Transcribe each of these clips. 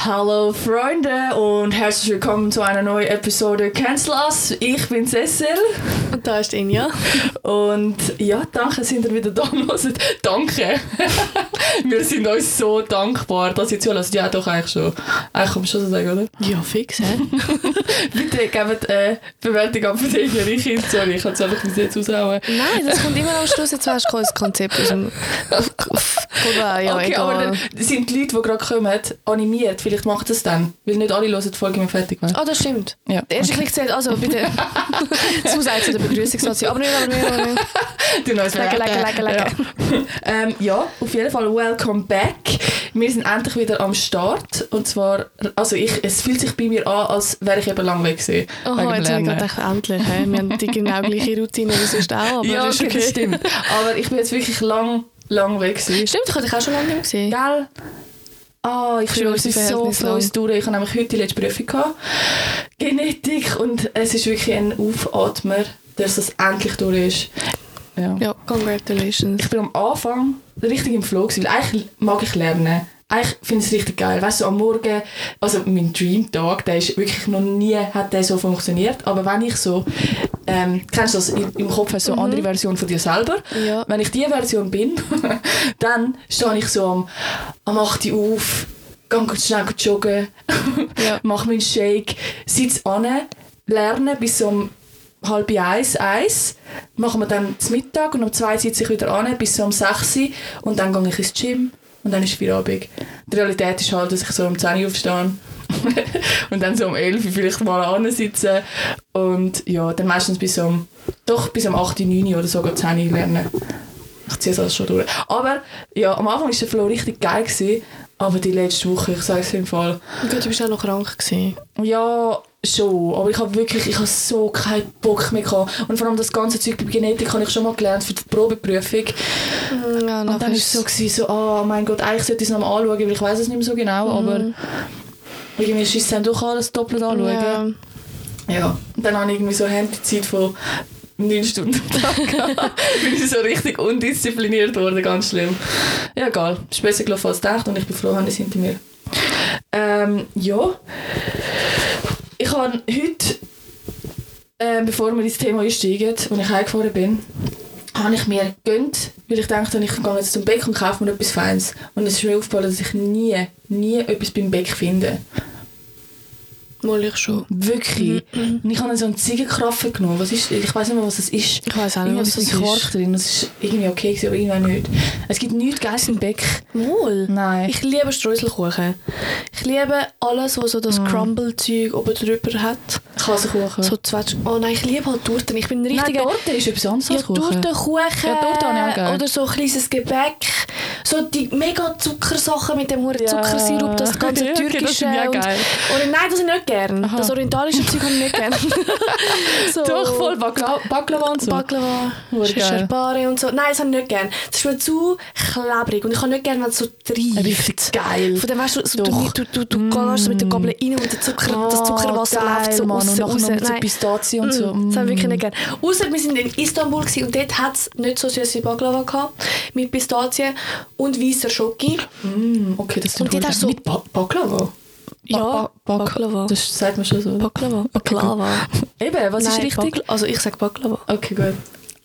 Hallo Freunde und herzlich willkommen zu einer neuen Episode Cancel Us. Ich bin Cecil. Und da ist Inja. Und ja, danke, sind ihr wieder da. Danke. Wir sind uns so dankbar, dass ihr zuhört. Ja, doch, eigentlich schon. Eigentlich kann man schon so sagen, oder? Ja, fix, hä? Bitte gebt Bewertung ab für den Kind. Sorry, ich kann es einfach bis jetzt raushauen. Nein, das kommt immer am Schluss. Jetzt weißt du, das Konzept aus dem... Ja, okay, egal. aber dann sind die Leute, die gerade kommen, animiert. Vielleicht macht das dann. Weil nicht alle hören die Folge immer fertig. Ah, das stimmt. Ja. Der erste Klick zählt, also bitte. Das muss eigentlich zu der Begrüßungssatz sein. Aber nicht. Du neues Lecker. Ja, auf jeden Fall welcome back. Wir sind endlich wieder am Start. Und zwar, also es fühlt sich bei mir an, als wäre ich eben lang weg gewesen. Oh, jetzt habe ich gedacht, endlich. He? Wir haben die genau gleiche Routine wie sonst auch. Aber ja, das ist okay. Das stimmt. Aber ich bin jetzt wirklich lang weg gewesen. Stimmt, ich habe dich auch schon lange nicht gesehen. Gell? Ich schwöre, es ist so viel uns durch. Ich habe nämlich heute die letzte Prüfung gehabt. Genetik. Und es ist wirklich ein Aufatmer, dass das endlich durch ist. Ja, congratulations. Ich bin am Anfang richtig im Flow gewesen, weil eigentlich mag ich lernen. Eigentlich finde ich es richtig geil. Weißt du, am Morgen, also mein Dream-Tag, der ist wirklich noch nie hat der so funktioniert. Aber wenn ich so, kennst du das, im Kopf hast du so eine andere Version von dir selber. Ja. Wenn ich diese Version bin, dann stehe ich so am 8 Uhr auf, gehe schnell joggen, Ja. mache meinen Shake, sitze an, lerne bis um 12:30, machen wir dann zum Mittag und um 2 sitze ich wieder an bis um 6 und dann gehe ich ins Gym und dann ist Feierabend. Die Realität ist halt, dass ich so um 10 Uhr aufstehe und dann so um 11 Uhr vielleicht mal ansitze und ja, dann meistens bis um 8, 9 oder sogar 10 Uhr lernen. Ich ziehe es alles schon durch. Aber ja, am Anfang war der Flow richtig geil gewesen, aber die letzte Woche, ich sage es im Fall. Gut, du bist auch noch krank gewesen. Ja, schon. Aber ich habe so keinen Bock mehr gehabt. Und vor allem das ganze Zeug bei Genetik habe ich schon mal gelernt für die Probeprüfung. Ja, und dann war es so, oh mein Gott, eigentlich sollte ich es nochmal anschauen, weil ich weiß es nicht mehr so genau, aber irgendwie ist es dann doch alles doppelt anschauen. Ja. Und dann habe ich irgendwie so eine Handyzeit von 9 Stunden am Tag gehabt. Bin ich so richtig undiszipliniert worden, ganz schlimm. Ja, egal. Es ist besser gelaufen als gedacht und ich bin froh, dass es hinter mir. Ja. Ich habe heute, bevor wir ins Thema einsteigen, als ich heimgefahren bin, habe ich mir gegönnt, weil ich dachte, ich gehe jetzt zum Bäck und kaufe mir etwas Feines. Und es ist mir aufgefallen, dass ich nie etwas beim Bäck finde. Mal ich schon. Wirklich. Und ich habe dann so einen Ziegenkrapfen genommen. Was ist, ich weiß nicht mehr, was das ist. Ich weiß auch nicht, was das ist. Quark drin. Das war irgendwie okay gewesen, aber irgendwie nicht. Es gibt nichts Geiles im Bäck. Wohl. Nein. Ich liebe Streuselkuchen. Ich liebe alles, was so das Crumble-Zeug oben drüber hat. Käsekuchen. So oh nein, ich liebe halt Torten. Ich bin ein richtiger... Nein, Torte ist etwas anderes als Kuchen. Tortenkuchen. Ja, Torte habe ich auch gerne. Oder so ein kleines Gebäck. So die mega Zuckersachen mit dem hohen Zuckersirup, das ganze Türkische. Okay, das geil. Oder nein, das ich nicht gerne. Das orientalische Zeug habe ich nicht gerne. So. Doch, voll Baklava und so. Baklava, Sherbari und so. Nein, das habe ich nicht gerne. Das ist mir zu klebrig und ich habe nicht gerne, wenn es so treibt. Richtig geil. Von dem weißt du, so, du gehst so mit der Gabel rein und das Zuckerwasser läuft so raus. Und nachher noch mit so Pistazien und so. Das habe ich wirklich nicht gerne. Ausser wir waren in Istanbul und dort hat es nicht so süße Baklava gehabt, mit Pistazien und weisser Schoki. Okay, das und dort hast du so mit Baklava? Ja, Baklava. Das sagt man schon so. Baklava. Eben, was ist richtig? Also ich sage Baklava. Okay, gut.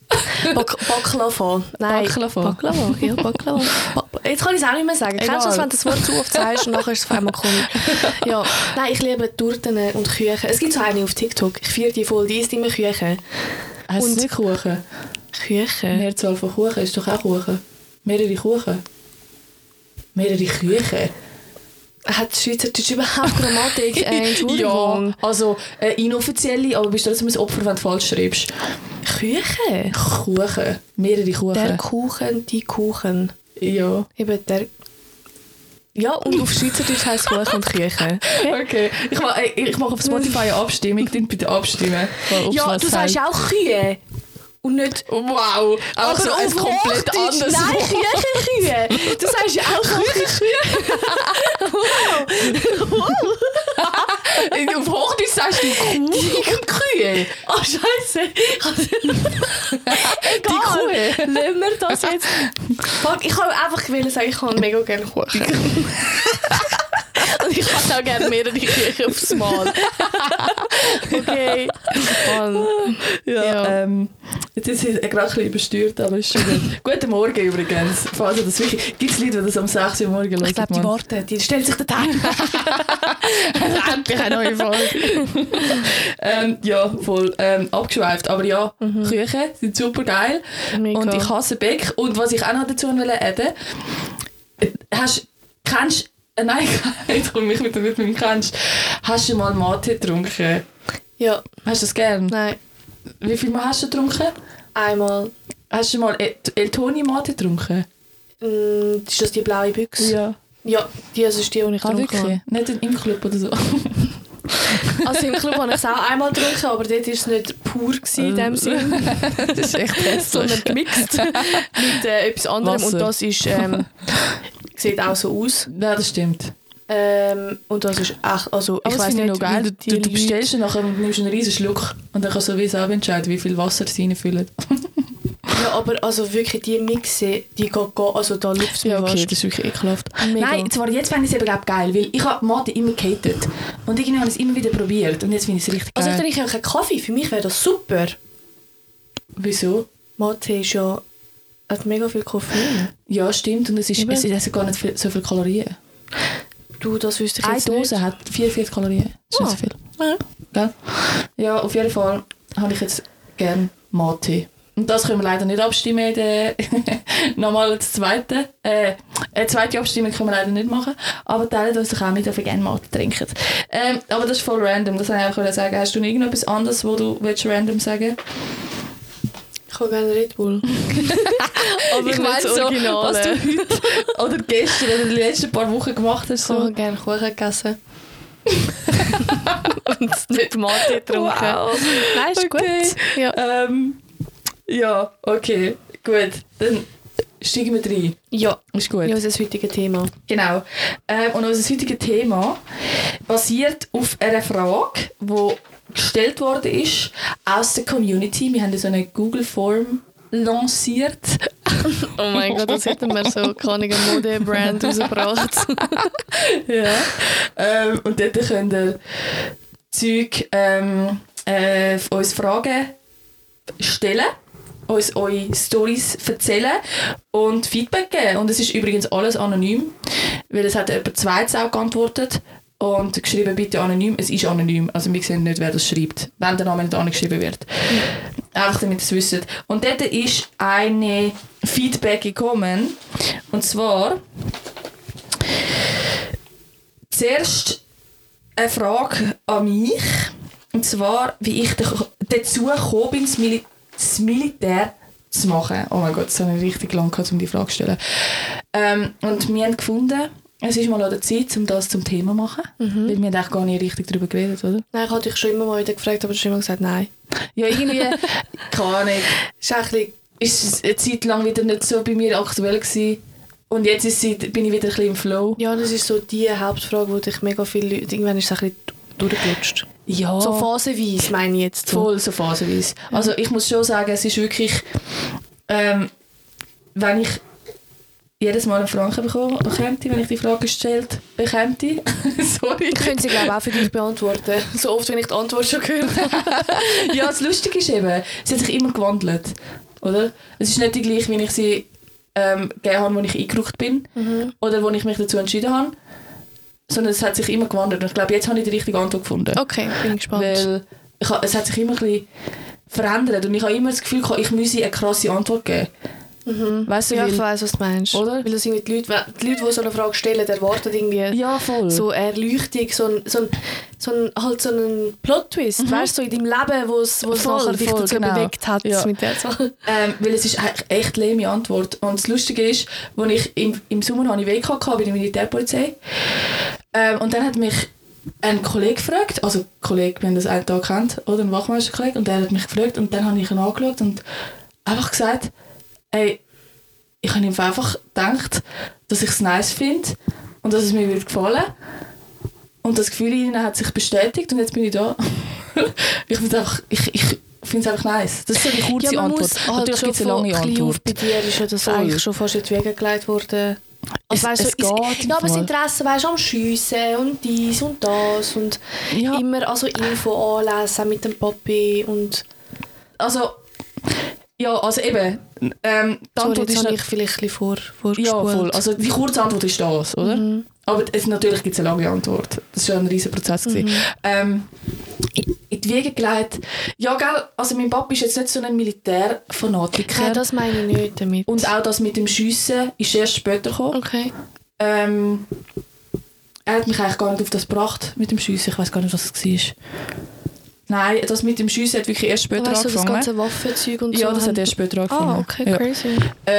Baklava. Nein. Baklava. Ja, Baklava. Jetzt kann ich es auch nicht mehr sagen. Kennst du das, wenn du das Wort zu oft sagst und nachher ist es auf einmal komisch? Ja. Nein, ich liebe Torten und Küchen. Es gibt so eine auf TikTok. Ich feiere die voll. Die isst immer Küchen. Heißt es nicht Kuchen? Küchen? Mehrzahl von Kuchen ist doch auch Kuchen. Mehrere Kuchen. Mehrere Küchen. Hat Schweizerdeutsch überhaupt Grammatik? Entschuldigung. Ja, also inoffizielle, aber bist du trotzdem ein Opfer, wenn du falsch schreibst. Küchen? Kuchen. Mehrere Kuchen. Der Kuchen, die Kuchen. Ja. Eben der... Ja, und auf Schweizerdeutsch heisst Kuchen und Küchen. Okay. Ich mache auf Spotify eine Abstimmung. Bitte abstimmen. Ja, du sagst auch Kühe. Und nicht... Wow! Auch so ein komplett anderes Nein, Küche. Du sagst ja auch Küche. Auf Hochdeutsch sagst du Kuh und Kühe. Oh, Scheiße. Die Kuh. Lassen wir das jetzt. Fuck, ich wollte einfach sagen, ich habe mega gerne Kuchen. Und ich habe esse auch gerne mehrere Küchen aufs Mal. Okay. Ja. Jetzt ist es gerade ein bisschen übersteuert, aber ist schon gut. Guten Morgen übrigens. Also das wirklich, gibt es Leute, die das um 6 Uhr morgens hören? Ich glaube, die warten. Die stellen sich den Timer. Endlich eine neue Folge. Ja, voll abgeschweift. Aber ja, Küchen sind super geil. Mega. Und ich hasse Bäck. Und was ich auch noch dazu adden kennst nein, jetzt komme ich wieder mit meinem kennst. Hast du mal Mate getrunken? Ja. Hast du das gern? Nein. Wie viel Mal hast du getrunken? Einmal. Hast du mal El Toni Mate getrunken? Ist das die blaue Büchse? Ja. Ja, das ist die ich getrunken Wirklich? habe. Nicht im Club oder so? Also im Club habe ich es auch einmal getrunken, aber dort war es nicht pur in dem Sinne. Das ist echt hässlich. Sondern gemixt mit etwas anderem. Wasser. Und das ist, sieht auch so aus. Ja, das stimmt. Und das ist echt, also Aber ich das weiss finde ich nicht, noch geil. wie Du bestellst ihn nachher und nimmst einen riesen Schluck und dann kannst du sowieso auch entscheiden, wie viel Wasser sie reinfüllen. Ja, aber also wirklich die Mixe, die geht, also da läuft es mir Ja, okay, fast. das ist wirklich ekelhaft. Mega. Nein, zwar jetzt fände ich es eben glaub, geil, weil ich habe Mate immer gehatet. Und irgendwie habe ich es immer wieder probiert und jetzt finde ich es richtig geil. Also ich trinke auch keinen Kaffee, für mich wäre das super. Wieso? Mate ist ja, hat mega viel Koffein. Ja, stimmt. Und es hat gar nicht so viele Kalorien. Du, das wüsste ich Eine jetzt Dose nicht. hat 44 Kalorien. Das ist nicht so viel. Ja. Gell? Ja, auf jeden Fall habe ich jetzt gerne Mate. Und das können wir leider nicht abstimmen. Nochmal das zweite. Eine zweite Abstimmung können wir leider nicht machen. Aber teilen uns doch auch mit, ob ihr gerne Mate trinken. Aber das ist voll random. Das wollte ich auch sagen. Hast du noch irgendetwas anderes, wo du random sagen willst? Ich habe gerne Red Bull. Aber Ich meine nicht das so, Originale. was du heute oder gestern oder die letzten paar Wochen gemacht hast. Ich So. habe gerne Kuchen gegessen. Und nicht Mate getrunken. Wow. Nein, ist Okay. gut. Ja. Ja, okay, gut. Dann steigen wir rein. Ja. Ist gut. Ja, das ist das heutige Thema. Genau. Und unser heutiges Thema basiert auf einer Frage, die gestellt worden ist aus der Community. Wir haben so eine Google-Form lanciert. Oh mein Gott, das hätten wir so keine Mode-Brand rausgebracht. Ja. Und dort könnt ihr Zeug uns Fragen stellen, uns eure Storys erzählen und Feedback geben. Und es ist übrigens alles anonym, weil es hat etwa 2 auch geantwortet und geschrieben, bitte anonym. Es ist anonym, also wir sehen nicht, wer das schreibt, wenn der Name nicht angeschrieben wird. Einfach damit ihr es wisst. Und dort ist eine Feedback gekommen, und zwar zuerst eine Frage an mich, und zwar, wie ich dazu gekommen bin, das Militär zu machen. Oh mein Gott, es hat richtig lang gehabt, um die Frage zu stellen. Und wir haben gefunden, es ist mal an der Zeit, um das zum Thema zu machen. Weil wir haben eigentlich gar nicht richtig darüber geredet, oder? Nein, ich hatte dich schon immer mal wieder gefragt, aber du hast immer gesagt, nein. Ja, irgendwie, keine Ahnung. Ist ein bisschen, Ist es eine Zeit lang wieder nicht so bei mir aktuell gewesen. Und jetzt bin ich wieder ein bisschen im Flow. ja, das ist so die Hauptfrage, wo dich mega viele Leute, irgendwann ist es ein bisschen durchgerutscht. Ja. So phasenweise, meine ich jetzt. So. Voll, so phasenweise. Also ich muss schon sagen, es ist wirklich, wenn ich jedes Mal einen Franken bekomme, wenn ich die Frage gestellt bekäme. Sorry. Ich könnte sie, glaube ich, auch für dich beantworten. So oft, wenn ich die Antwort schon gehört habe. Ja, das Lustige ist eben, sie hat sich immer gewandelt. Oder? Es ist nicht die gleiche, wie ich sie gegeben habe, als ich eingerückt bin. Oder als ich mich dazu entschieden habe. Sondern es hat sich immer gewandelt. Und ich glaube, jetzt habe ich die richtige Antwort gefunden. Okay, bin gespannt. Weil es hat sich immer ein bisschen verändert. Und ich habe immer das Gefühl, ich müsse eine krasse Antwort geben. Weißt du, Ja, weil, ich weiss, was du meinst. Oder? Weil das irgendwie die Leute, die so eine Frage stellen, erwarten irgendwie ja, voll. so eine Erleuchtung, so einen Plot-Twist, weißt du, so in deinem Leben, wo es nachher dich dazu genau. bewegt hat Ja. mit der Zahl. Weil es ist eigentlich echt lame Antwort. Und das Lustige ist, als ich im Sommer hatte ich WK bei der Militärpolizei. Und dann hat mich ein Kollege gefragt, also Kollege, wenn das einen Tag kennt, oder ein Wachmeisterkollege, und der hat mich gefragt und dann habe ich ihn angeschaut und einfach gesagt, ey, ich habe ihm einfach gedacht, dass ich es nice finde und dass es mir wird gefallen. Und das Gefühl in ihnen hat sich bestätigt und jetzt bin ich da. Ich finde es einfach nice. Das ist so die kurze Ja, man Antwort. muss halt Natürlich schon gibt es eine lange von klein auf Antwort. bei dir ist ja das Voll. eigentlich schon fast in die Wege gelegt worden. Also, weißt, es geht im ja, aber das Fall. Interesse, weißt du, am Schiessen und dies und das und Ja. immer also Info anlesen mit dem Papi und... Also, ja, also eben, die Sorry, Antwort jetzt ist habe ich vielleicht ein bisschen vorgespult. ja, voll. Also die kurze Antwort ist das, oder? Aber natürlich gibt es eine lange Antwort. Das war schon ein riesen Prozess. In die Wiege gelegt. Ja, gell, also mein Papa ist jetzt nicht so ein Militärfanatiker. Nein, das meine ich nicht damit. Und auch das mit dem Schiessen ist erst später gekommen. Okay. Er hat mich eigentlich gar nicht auf das gebracht mit dem Schiessen. Ich weiß gar nicht, was es war. Nein, das mit dem Schiessen hat wirklich erst später Weißt du, das angefangen. ganze Waffenzeug und so? Ja, das hat erst später angefangen. Ah, okay, Ja. crazy.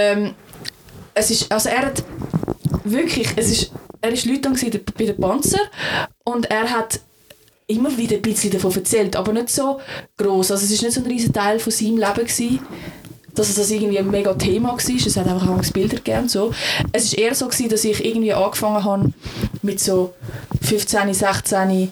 Es ist, also er hat wirklich, er ist Leutnant bei den Panzer und er hat immer wieder ein bisschen davon erzählt, aber nicht so gross. Also es ist nicht so ein riesen Teil von seinem Leben gewesen, dass das irgendwie ein mega Thema war. Es hat einfach auch Bilder gegeben. So. Es war eher so gewesen, dass ich irgendwie angefangen habe mit so 15, 16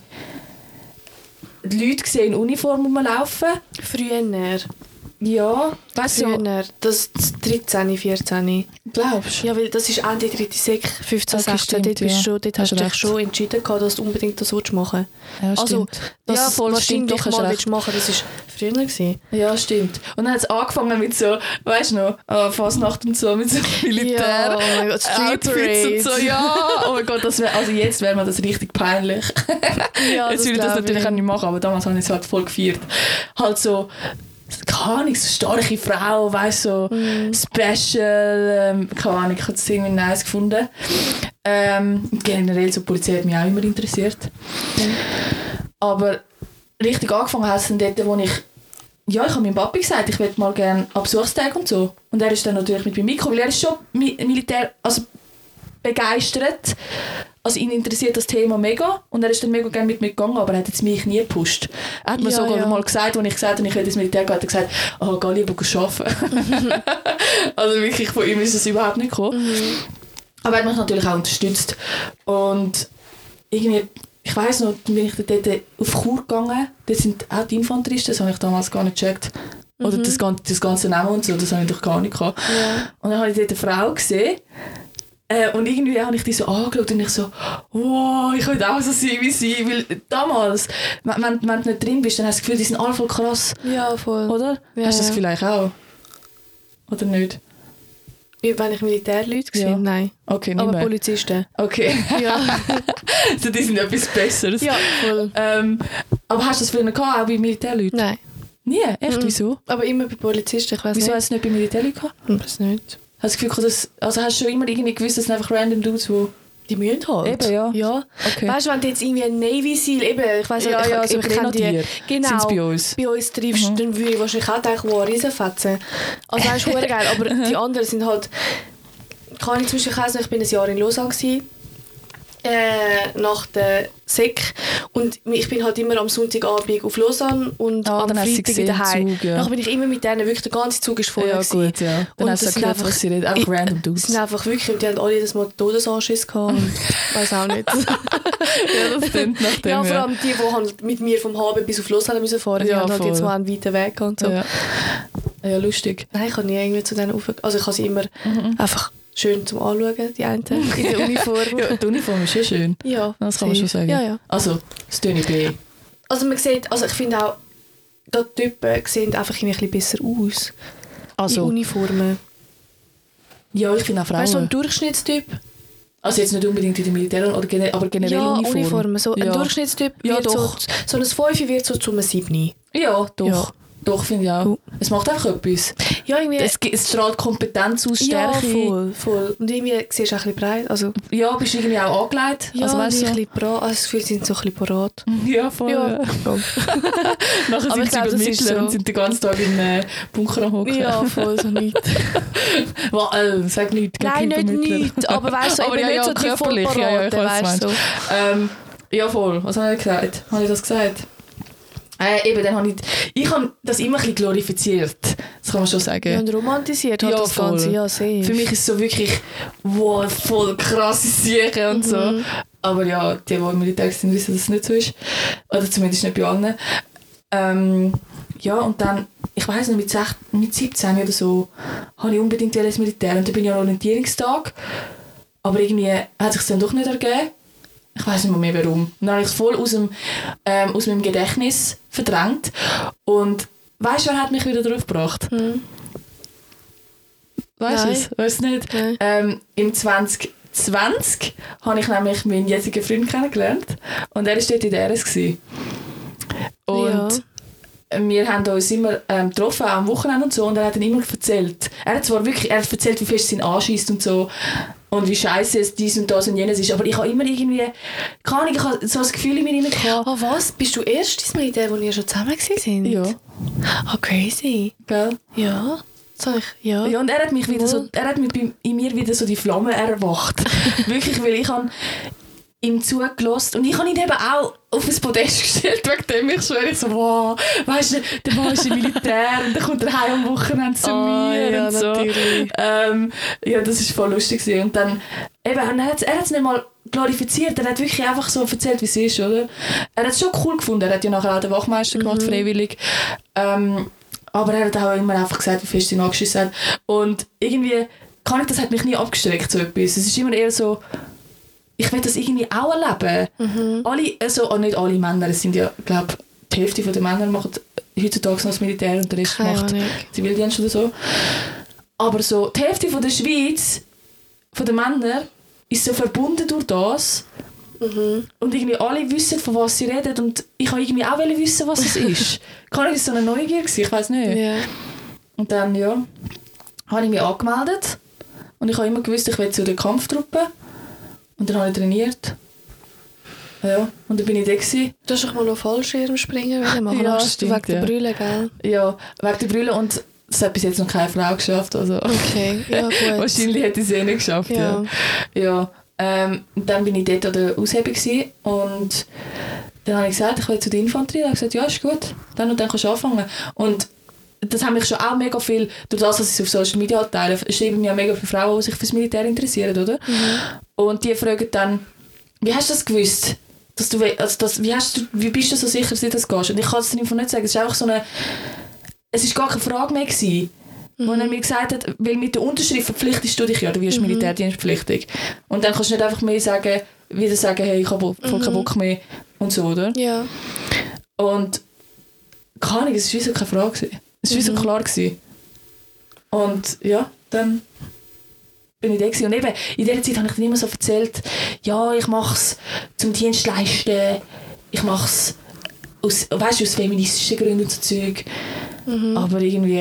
die Leute gesehen in Uniform rumlaufen. Früher. Ja, weißt du, Früher. Das 13, 14. glaubst du? Ja, weil das ist Ende 3. Sek, 15, Okay, 16. stimmt, Dort, bist ja. du schon, dort hast du dich schon entschieden gehabt, dass du unbedingt das machen willst. Ja, Also, stimmt. dass Ja, du voll, stimmt, wahrscheinlich doch, hast mal recht. willst machen, das war früher gewesen. Ja, stimmt. Und dann hat es angefangen mit so, weißt du noch, Fasnacht und so, mit so Militär. Ja, oh mein Gott, Street Outfits und Parade. so, ja. Oh mein Gott, also jetzt wäre mir das richtig peinlich. Ja, Jetzt würde ich das natürlich auch nicht machen, aber damals habe ich es halt voll gefeiert. Halt so, keine Ahnung, so starke Frau, weißt du, so special, keine Ahnung, ich habe es irgendwie nice gefunden. Generell so die Polizei hat mich auch immer interessiert. Aber richtig angefangen hat es dann dort, wo ich habe meinem Papi gesagt, ich möchte mal gerne an Besuchstag und so. Und er ist dann natürlich mit mir mitgekommen, weil er ist schon Militär, also begeistert. Also ihn interessiert das Thema mega und er ist dann mega gerne mit mir gegangen, aber er hat jetzt mich nie gepusht. Er hat mir Ja, sogar ja. mal gesagt, als ich gesagt habe, ich will ins Militär gehen, hat er gesagt, geh lieber arbeiten. Also wirklich, von ihm ist es überhaupt nicht gekommen. Aber er hat mich natürlich auch unterstützt. Und irgendwie, ich weiss noch, dann bin ich dort auf Chur gegangen, dort sind auch die Infanteristen, das habe ich damals gar nicht gecheckt. Oder das ganze Namen und so, das habe ich doch gar nicht gehabt. Ja. Und dann habe ich dort eine Frau gesehen. Und irgendwie habe ich die so angeschaut und ich so, wow, ich will auch so sein wie sie. Weil damals, wenn du nicht drin bist, dann hast du das Gefühl, die sind alle voll krass. Ja, voll. Oder? Ja, Hast du das ja. vielleicht auch? Oder nicht? Wenn ich Militärleute Ja. gesehen nein. Okay, nicht Aber mehr. Polizisten. Okay. Ja. Also die sind etwas Besseres. Ja, voll. Aber hast du das früher gehabt, auch bei Militärleuten? Nein. Nie? Echt? Wieso? Aber immer bei Polizisten, ich weiß Wieso nicht. hast du nicht bei Militärleuten gehabt? Ich weiß nicht. Hast du das Gefühl, hast du schon immer irgendwie gewusst, das sind einfach random Dudes, die... Die müssen halt. Eben, ja. Ja. Okay. Weißt du, wenn du jetzt irgendwie ein Navy Seal, eben, ich weiss Ja, nicht, ja, so ich kenne die, Grenadier genau, sind's bei uns. Bei uns triffst, dann würde ich wahrscheinlich auch denken, wow, Riesenfetzen. Also weißt du, verdammt geil, aber die anderen sind halt, kann ich zum Beispiel, ich weiss noch, ich bin ein Jahr in Lausanne gewesen, nach der Sek und ich bin halt immer am Sonntagabend auf Lausanne und am dann hast du sie Freitag gesehen, wieder heim. Zug, ja. Nachher bin ich immer mit denen, wirklich der ganze Zug ist voll Ja, gewesen. gut, ja. Dann Und hast du das gehört, sind was sie reden. Einfach random Dudes. Das sind einfach wirklich, und die haben alle jedes Mal Todesanschiss gehabt und weiss auch nicht. Ja, das stimmt nach dem, Ja, vor allem die halt mit mir vom Haben bis auf Lausanne müssen fahren, die Ja, haben halt voll. jetzt mal einen weiten Weg gehabt und so. Ja. Ja, lustig. Nein, ich kann nie irgendwie zu denen rauf. Also ich habe sie immer einfach schön zum Anschauen, die einen in der Uniform. Ja, die Uniform ist ja schön. Ja, Das kann man schon sagen. Ja, ja. Also, das tue ich B. Also man sieht, also ich finde auch, die Typen sehen einfach ein bisschen besser aus. Die Also, Uniformen. ja, ich finde auch Weißt du, so ein Frauen. Durchschnittstyp? Also jetzt nicht unbedingt in der Militär, oder aber generell Ja, Uniform. Uniformen. So ein Ja. Durchschnittstyp Ja, wird doch. so ein 5 wird so zu einem 7. Ja, doch. Ja. Doch, finde ich auch. Cool. Es macht einfach etwas. Ja, irgendwie... Es strahlt Kompetenz aus, ja, Stärke. voll, voll. Und irgendwie siehst du auch ein bisschen breit. Also, Ja, bist du irgendwie auch angelegt. ja, also, weißt ein du, bisschen parat. Also, das Gefühl, sie sind so ein bisschen parat. ja, voll. Ja. Nachher Aber sind ich sie glaube, das ist Übermittler so. und sind den ganzen Tag in Bunker am Hocken. Ja, voll, so nichts. Sag nichts. gegen Nein, nicht Übermittler. nichts. Aber weißt du, Aber eben ja, nicht ja, so die körperlich, ja, ja, ich Vollparaten, weiß, weißt du. so. Ja, voll. Was habe ich gesagt? Habe ich das gesagt? Eben, dann habe ich habe das immer ein bisschen glorifiziert. Das kann man schon sagen. Ja, und romantisiert hat Ja, das voll. Ganze, ja, sehr. Für mich ist es so wirklich, wow, voll krasse Sachen und so. Aber ja, die im Militär sind, wissen, dass es nicht so ist. Oder zumindest nicht bei allen. Ja, und dann, ich weiss noch, mit 17 oder so, habe ich unbedingt ins Militär. Und dann bin ich an Orientierungstag. Aber irgendwie hat es sich dann doch nicht ergeben. Ich weiss nicht mehr warum. Und dann habe ich es voll aus meinem Gedächtnis verdrängt. Und weißt du, wer hat mich wieder drauf gebracht? Weißt du es? Weißt du nicht? Im 2020 habe ich nämlich meinen jetzigen Freund kennengelernt. Und er war dort in der RS gewesen. Und wir haben uns immer getroffen, auch am Wochenende und so. Und er hat dann immer erzählt. Er hat erzählt, wie fest es ihn anschießt und so. Und wie scheiße es dies und das und jenes ist. Aber ich habe immer irgendwie... Keine Ahnung, ich habe so das Gefühl in mir immer gehabt. Oh was? Bist du erst ins Militär, wo ihr schon zusammen waren? Ja. Oh, crazy. Gell? Ja. Sag ich, ja. Ja, und er hat mich wieder so... Er hat in mir wieder so die Flamme erwacht. Wirklich, weil ich habe ihm zugelassen. Und ich habe ihn eben auch auf ein Podest gestellt, wegen dem ich schwöre, ich so, wow, weißt du, der Mann ist im Militär und dann kommt er heim am Wochenende zu mir ja, und so. Ja, das war voll lustig gewesen. Und dann, eben, er hat es nicht mal glorifiziert, er hat wirklich einfach so erzählt, wie es ist, oder? Er hat es schon cool gefunden, er hat ja nachher auch den Wachmeister gemacht, freiwillig. Aber er hat auch immer einfach gesagt, wie fest ihn angeschissen hat. Und irgendwie, das hat mich nie abgestreckt, so etwas. Es ist immer eher so, ich will das irgendwie auch erleben. Alle, also nicht alle Männer, es sind ja, glaube die Hälfte der Männer machen heutzutage noch das Militär und der Rest macht Zivildienst oder so. Aber so, die Hälfte von der Schweiz, von den Männern, ist so verbunden durch das. Und irgendwie alle wissen, von was sie reden. Und ich wollte irgendwie auch wissen, was es ist. Kann ich so eine Neugier gewesen? Ich weiß nicht. Yeah. Und dann, habe ich mich angemeldet. Und ich habe immer gewusst, ich will zu der Kampftruppe. Und dann habe ich trainiert. Ja, und dann bin ich da gewesen. Du hast doch mal noch Fallschirmspringen machen. Ja, hast du stimmt, wegen der Brille, gell? Ja, wegen der Brille. Und das hat bis jetzt noch keine Frau geschafft. Also. Okay, ja gut. Wahrscheinlich hätte ich es nicht geschafft. Ja. Und dann bin ich dort an der Aushebung gewesen. Und dann habe ich gesagt, ich will zu der Infanterie. Dann habe ich gesagt, ja, ist gut. Dann und dann kannst du anfangen. Und das haben mich schon auch mega viel, durch das, was ich auf Social Media teile, schreiben mir ja mega viele Frauen, die sich für das Militär interessieren, oder? Und die fragen dann, wie hast du das gewusst? Dass du, wie bist du so sicher, dass du das gehst? Und ich kann es dir einfach nicht sagen. Es ist einfach so eine... Es war gar keine Frage mehr gewesen, wo er mir gesagt hat, weil mit der Unterschrift verpflichtest du dich ja, du wirst militärdienstpflichtig. Und dann kannst du nicht einfach mehr sagen, wieder sagen, hey, ich habe keinen Bock mehr und so, oder? Ja. Und keine Ahnung, es war wie so keine Frage gewesen. Es war wie so klar gewesen. Und ja, dann bin ich da gewesen. Und eben, in dieser Zeit habe ich dann immer so erzählt, ja, ich mache es zum Dienst leisten, ich mache es aus feministischen Gründen und so Zeug. Aber irgendwie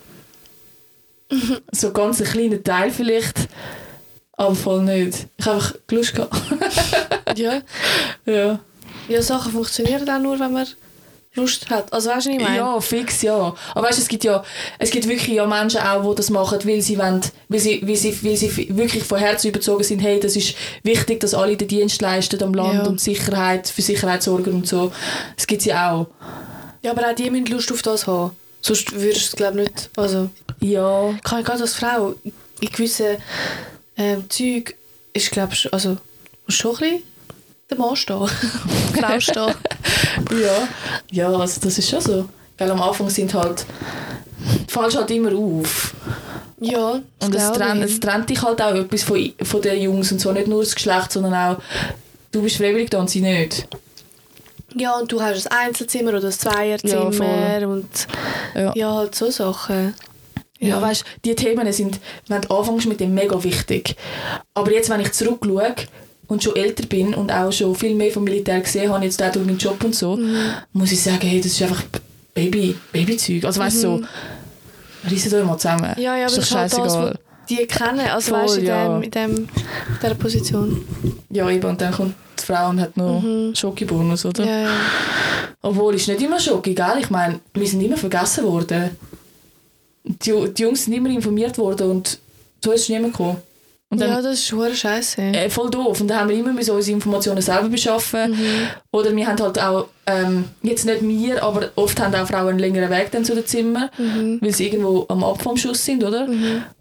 so ganz ein kleiner Teil vielleicht, aber voll nicht. Ich habe einfach Lust gehabt. Ja. Ja. Ja, Sachen funktionieren auch nur, wenn man Lust hat. Also weißt du, was ich meine? Ja, fix, ja. Aber weißt du, es gibt wirklich ja Menschen auch, die das machen, weil sie wirklich von Herzen überzogen sind, hey, das ist wichtig, dass alle den Dienst leisten am Land und für Sicherheit sorgen und so. Das gibt es ja auch. Ja, aber auch die müssen Lust auf das haben. Sonst würdest du es, glaube ich, nicht. Also, ja. Kann ich gerade als Frau in gewissen Zeug ist, glaube ich, also muss schon ein bisschen der Mann stehen. Frau stehen. Ja, also das ist schon so. Weil am Anfang sind halt... Du fällst halt immer auf. Ja, und es trennt dich halt auch etwas von den Jungs und so. Nicht nur das Geschlecht, sondern auch... Du bist freiwillig da und sie nicht. Ja, und du hast ein Einzelzimmer oder ein Zweierzimmer und halt so Sachen. Ja, weißt, die Themen sind, wenn du anfängst mit dem, mega wichtig. Aber jetzt, wenn ich zurückschaue und schon älter bin und auch schon viel mehr vom Militär gesehen habe, jetzt auch durch meinen Job und so, muss ich sagen, hey, das ist einfach Babyzeug. Also weißt du, so, reissen euch mal zusammen. Ja, aber ist doch scheißegal. Das, was die kennen, also weißt du, in dieser Position. Ja, eben, und dann kommt die Frau und hat noch Schokibonus, oder? Ja. Obwohl, es ist nicht immer Schoki, gell? Ich meine, wir sind immer vergessen worden. Die Jungs sind immer informiert worden und so ist es niemand gekommen. Und dann, ja, das ist schon scheiße. Voll doof. Und dann haben wir immer unsere Informationen selber beschaffen. Oder wir haben halt auch, jetzt nicht wir, aber oft haben auch Frauen einen längeren Weg dann zu den Zimmern, weil sie irgendwo am Ab vom Schuss sind, oder?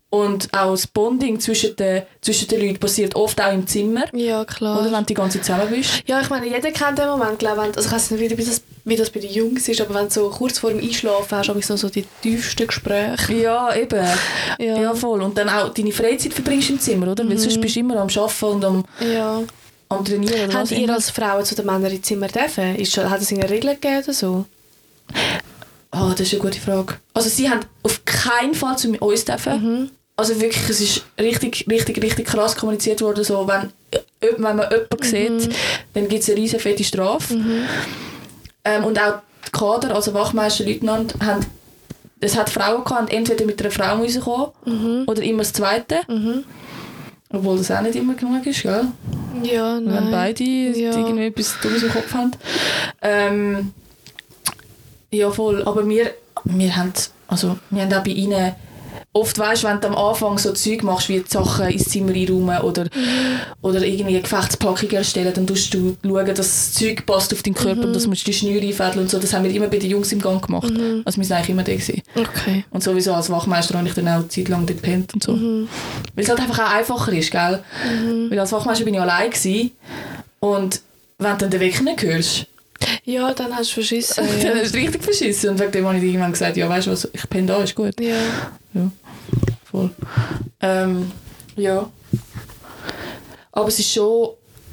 Und auch das Bonding zwischen den Leuten passiert oft auch im Zimmer. Ja, klar. Oder wenn du die ganze Zeit zusammen bist. Ja, ich meine, jeder kennt den Moment, glaube ich. Also ich weiß nicht, wie das bei den Jungs ist, aber wenn du so kurz vor dem Einschlafen hast, habe ich so die tiefsten Gespräche. Ja, eben. Ja, voll. Und dann auch deine Freizeit verbringst im Zimmer, oder? Weil sonst bist du immer am Arbeiten und am Trainieren. Oder Habt ihr als Frauen zu den Männern im Zimmer dürfen? Hat es eine Regel gegeben oder so? Das ist eine gute Frage. Also sie haben auf keinen Fall zu uns dürfen. Also wirklich, es ist richtig krass kommuniziert worden. So, wenn man jemanden sieht, dann gibt es eine riesen fette Strafe. Und auch die Kader, also Wachmeister, Leutnant, es hat Frauen gehabt, entweder mit einer Frau rauskommen oder immer das Zweite. Obwohl das auch nicht immer genug ist, gell? Ja, nein. Wenn beide irgendwie etwas Dummes im Kopf haben. Ja, voll. Aber wir haben auch bei ihnen oft, weißt, wenn du am Anfang so Zeug machst, wie die Sachen ins Zimmer einräumen oder irgendwie eine Gefechtspackung erstellen, dann musst du schauen, dass das Zeug passt auf deinen Körper und das musst du die Schnüre einfädeln und so. Das haben wir immer bei den Jungs im Gang gemacht. Also wir sind eigentlich immer da gewesen. Okay. Und sowieso als Wachmeister habe ich dann auch eine Zeit lang dort gepennt und so. Weil es halt einfach auch einfacher ist, gell? Weil als Wachmeister bin ich allein gewesen und wenn du dann den Wecker nicht hörst, ja, dann hast du verschissen. Dann hast du richtig verschissen. Und wegen dem habe ich irgendwann gesagt, ja, weißt du was, ich penne da, ist gut. Ja. Voll. Ja. Aber es war schon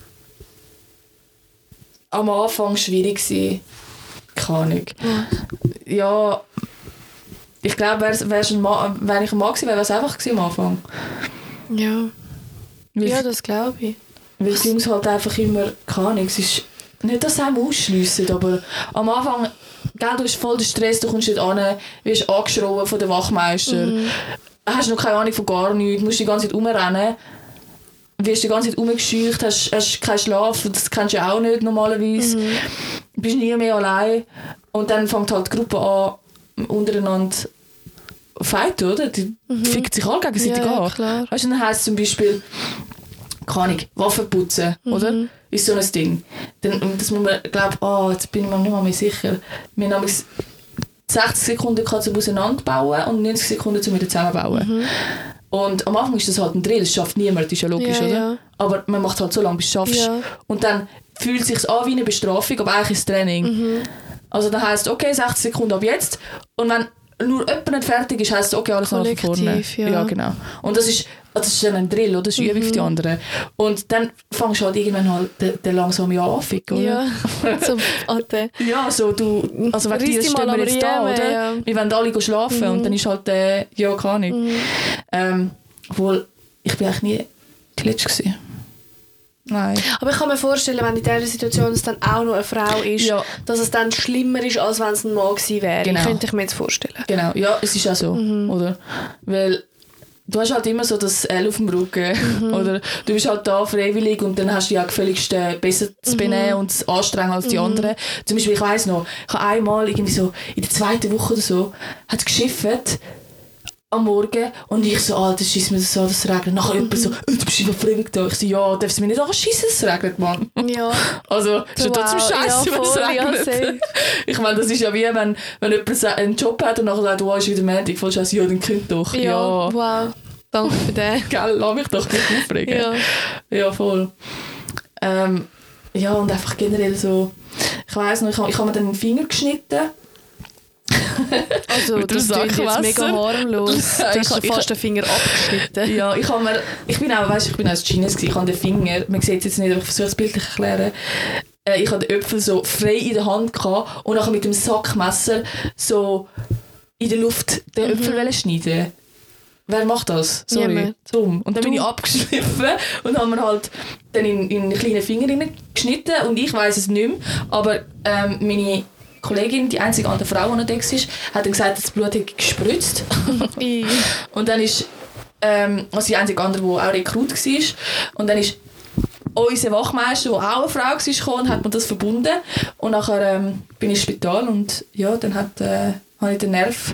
am Anfang schwierig gewesen. Keine Ahnung. Ja, ich glaube, wenn ich ein Mann gewesen wäre, wäre es einfach gewesen am Anfang. Ja. Ja, das glaube ich. Weil die Jungs halt einfach immer, keine Ahnung, es ist nicht, dass sie einem ausschliessen, aber am Anfang, gell, du hast voll den Stress, du kommst nicht an, wirst angeschrien von den Wachmeister, hast noch keine Ahnung von gar nichts, musst die ganze Zeit rumrennen, wirst die ganze Zeit rumgescheucht, hast keinen Schlaf, das kennst du ja auch nicht normalerweise, bist nie mehr allein und dann fängt halt die Gruppe an, untereinander fighten, oder? Die ficken sich alle gegenseitig an. Klar. Weißt du, dann heisst es zum Beispiel, keine Ahnung, Waffen putzen, oder? Ist so ein Ding. Dann, das muss man, glaube jetzt bin ich mir nicht mal mehr sicher. Wir haben 60 Sekunden zum Auseinanderbauen und 90 Sekunden zum wieder zusammenbauen. Und am Anfang ist das halt ein Drill, das schafft niemand, das ist ja logisch, oder? Ja. Aber man macht halt so lange, bis du es schaffst. Ja. Und dann fühlt es sich an wie eine Bestrafung, aber eigentlich ist es Training. Also dann heisst okay, 60 Sekunden ab jetzt. Und wenn nur jemand nicht fertig ist, heisst es okay, alles noch von vorne. Ja, genau. Und das ist dann ein Drill, oder? Das ist Übung für die anderen. Und dann fängst du halt irgendwann halt den langsam anficken, oder? Ja, zum Atem. Ja, so also wegen dir stehen wir jetzt da, oder? Ja. Wir wollen alle schlafen und dann ist halt ja, keine Ahnung. Obwohl, ich bin eigentlich nie glitsch gewesen. Nein. Aber ich kann mir vorstellen, wenn in dieser Situation es dann auch noch eine Frau ist, dass es dann schlimmer ist, als wenn es ein Mann gewesen wäre. Genau. Könnte ich mir jetzt vorstellen. Genau, ja, es ist auch so, oder? Weil du hast halt immer so das L auf dem Rücken, oder? Du bist halt da freiwillig und dann hast du ja gefälligst besser zu benehmen und zu anstrengen als die anderen. Zum Beispiel, ich weiss noch, ich habe einmal irgendwie so in der 2. Woche oder so, hat es geschifft am Morgen und ich so, das schießt mir das an, dass es regnet. Nachher jemand so, du bist immer freiwillig da. Ich so, ja, darfst du mir nicht anschiessen, dass es regnet, Mann? Ja. Also, ist ja trotzdem scheiße, wenn es regnet. Ja, ich meine, das ist ja wie, wenn jemand einen Job hat und nachher sagt, wow, ist wieder Montag, voll scheiße, ja, dann könnt doch. Ja, wow. Danke für den. Gell, lass mich doch nicht aufregen. Ja, voll. Ja, und einfach generell so, ich weiss noch, ich habe mir dann den Finger geschnitten. Also, das klingt jetzt mega harmlos. Du hast fast den Finger abgeschnitten. Ja, ich bin auch als Genius gewesen. Ich habe den Finger, man sieht es jetzt nicht, aber ich versuche es bildlich zu erklären. Ich hatte den Äpfel so frei in der Hand gehabt und nachher mit dem Sackmesser so in der Luft den Äpfel schneiden. Wer macht das? Sorry. Dumm. Und dann bin ich abgeschliffen und haben mir halt dann in einen kleinen Finger geschnitten und ich weiss es nicht mehr, aber meine Kollegin, die einzige andere Frau, die noch da war, hat dann gesagt, das Blut hat gespritzt. Und dann ist also die einzige andere, die auch Rekrut war. Und dann ist unser Wachmeister, der auch eine Frau war, gekommen und hat mir das verbunden. Und nachher bin ich ins Spital und ja, dann habe ich den Nerv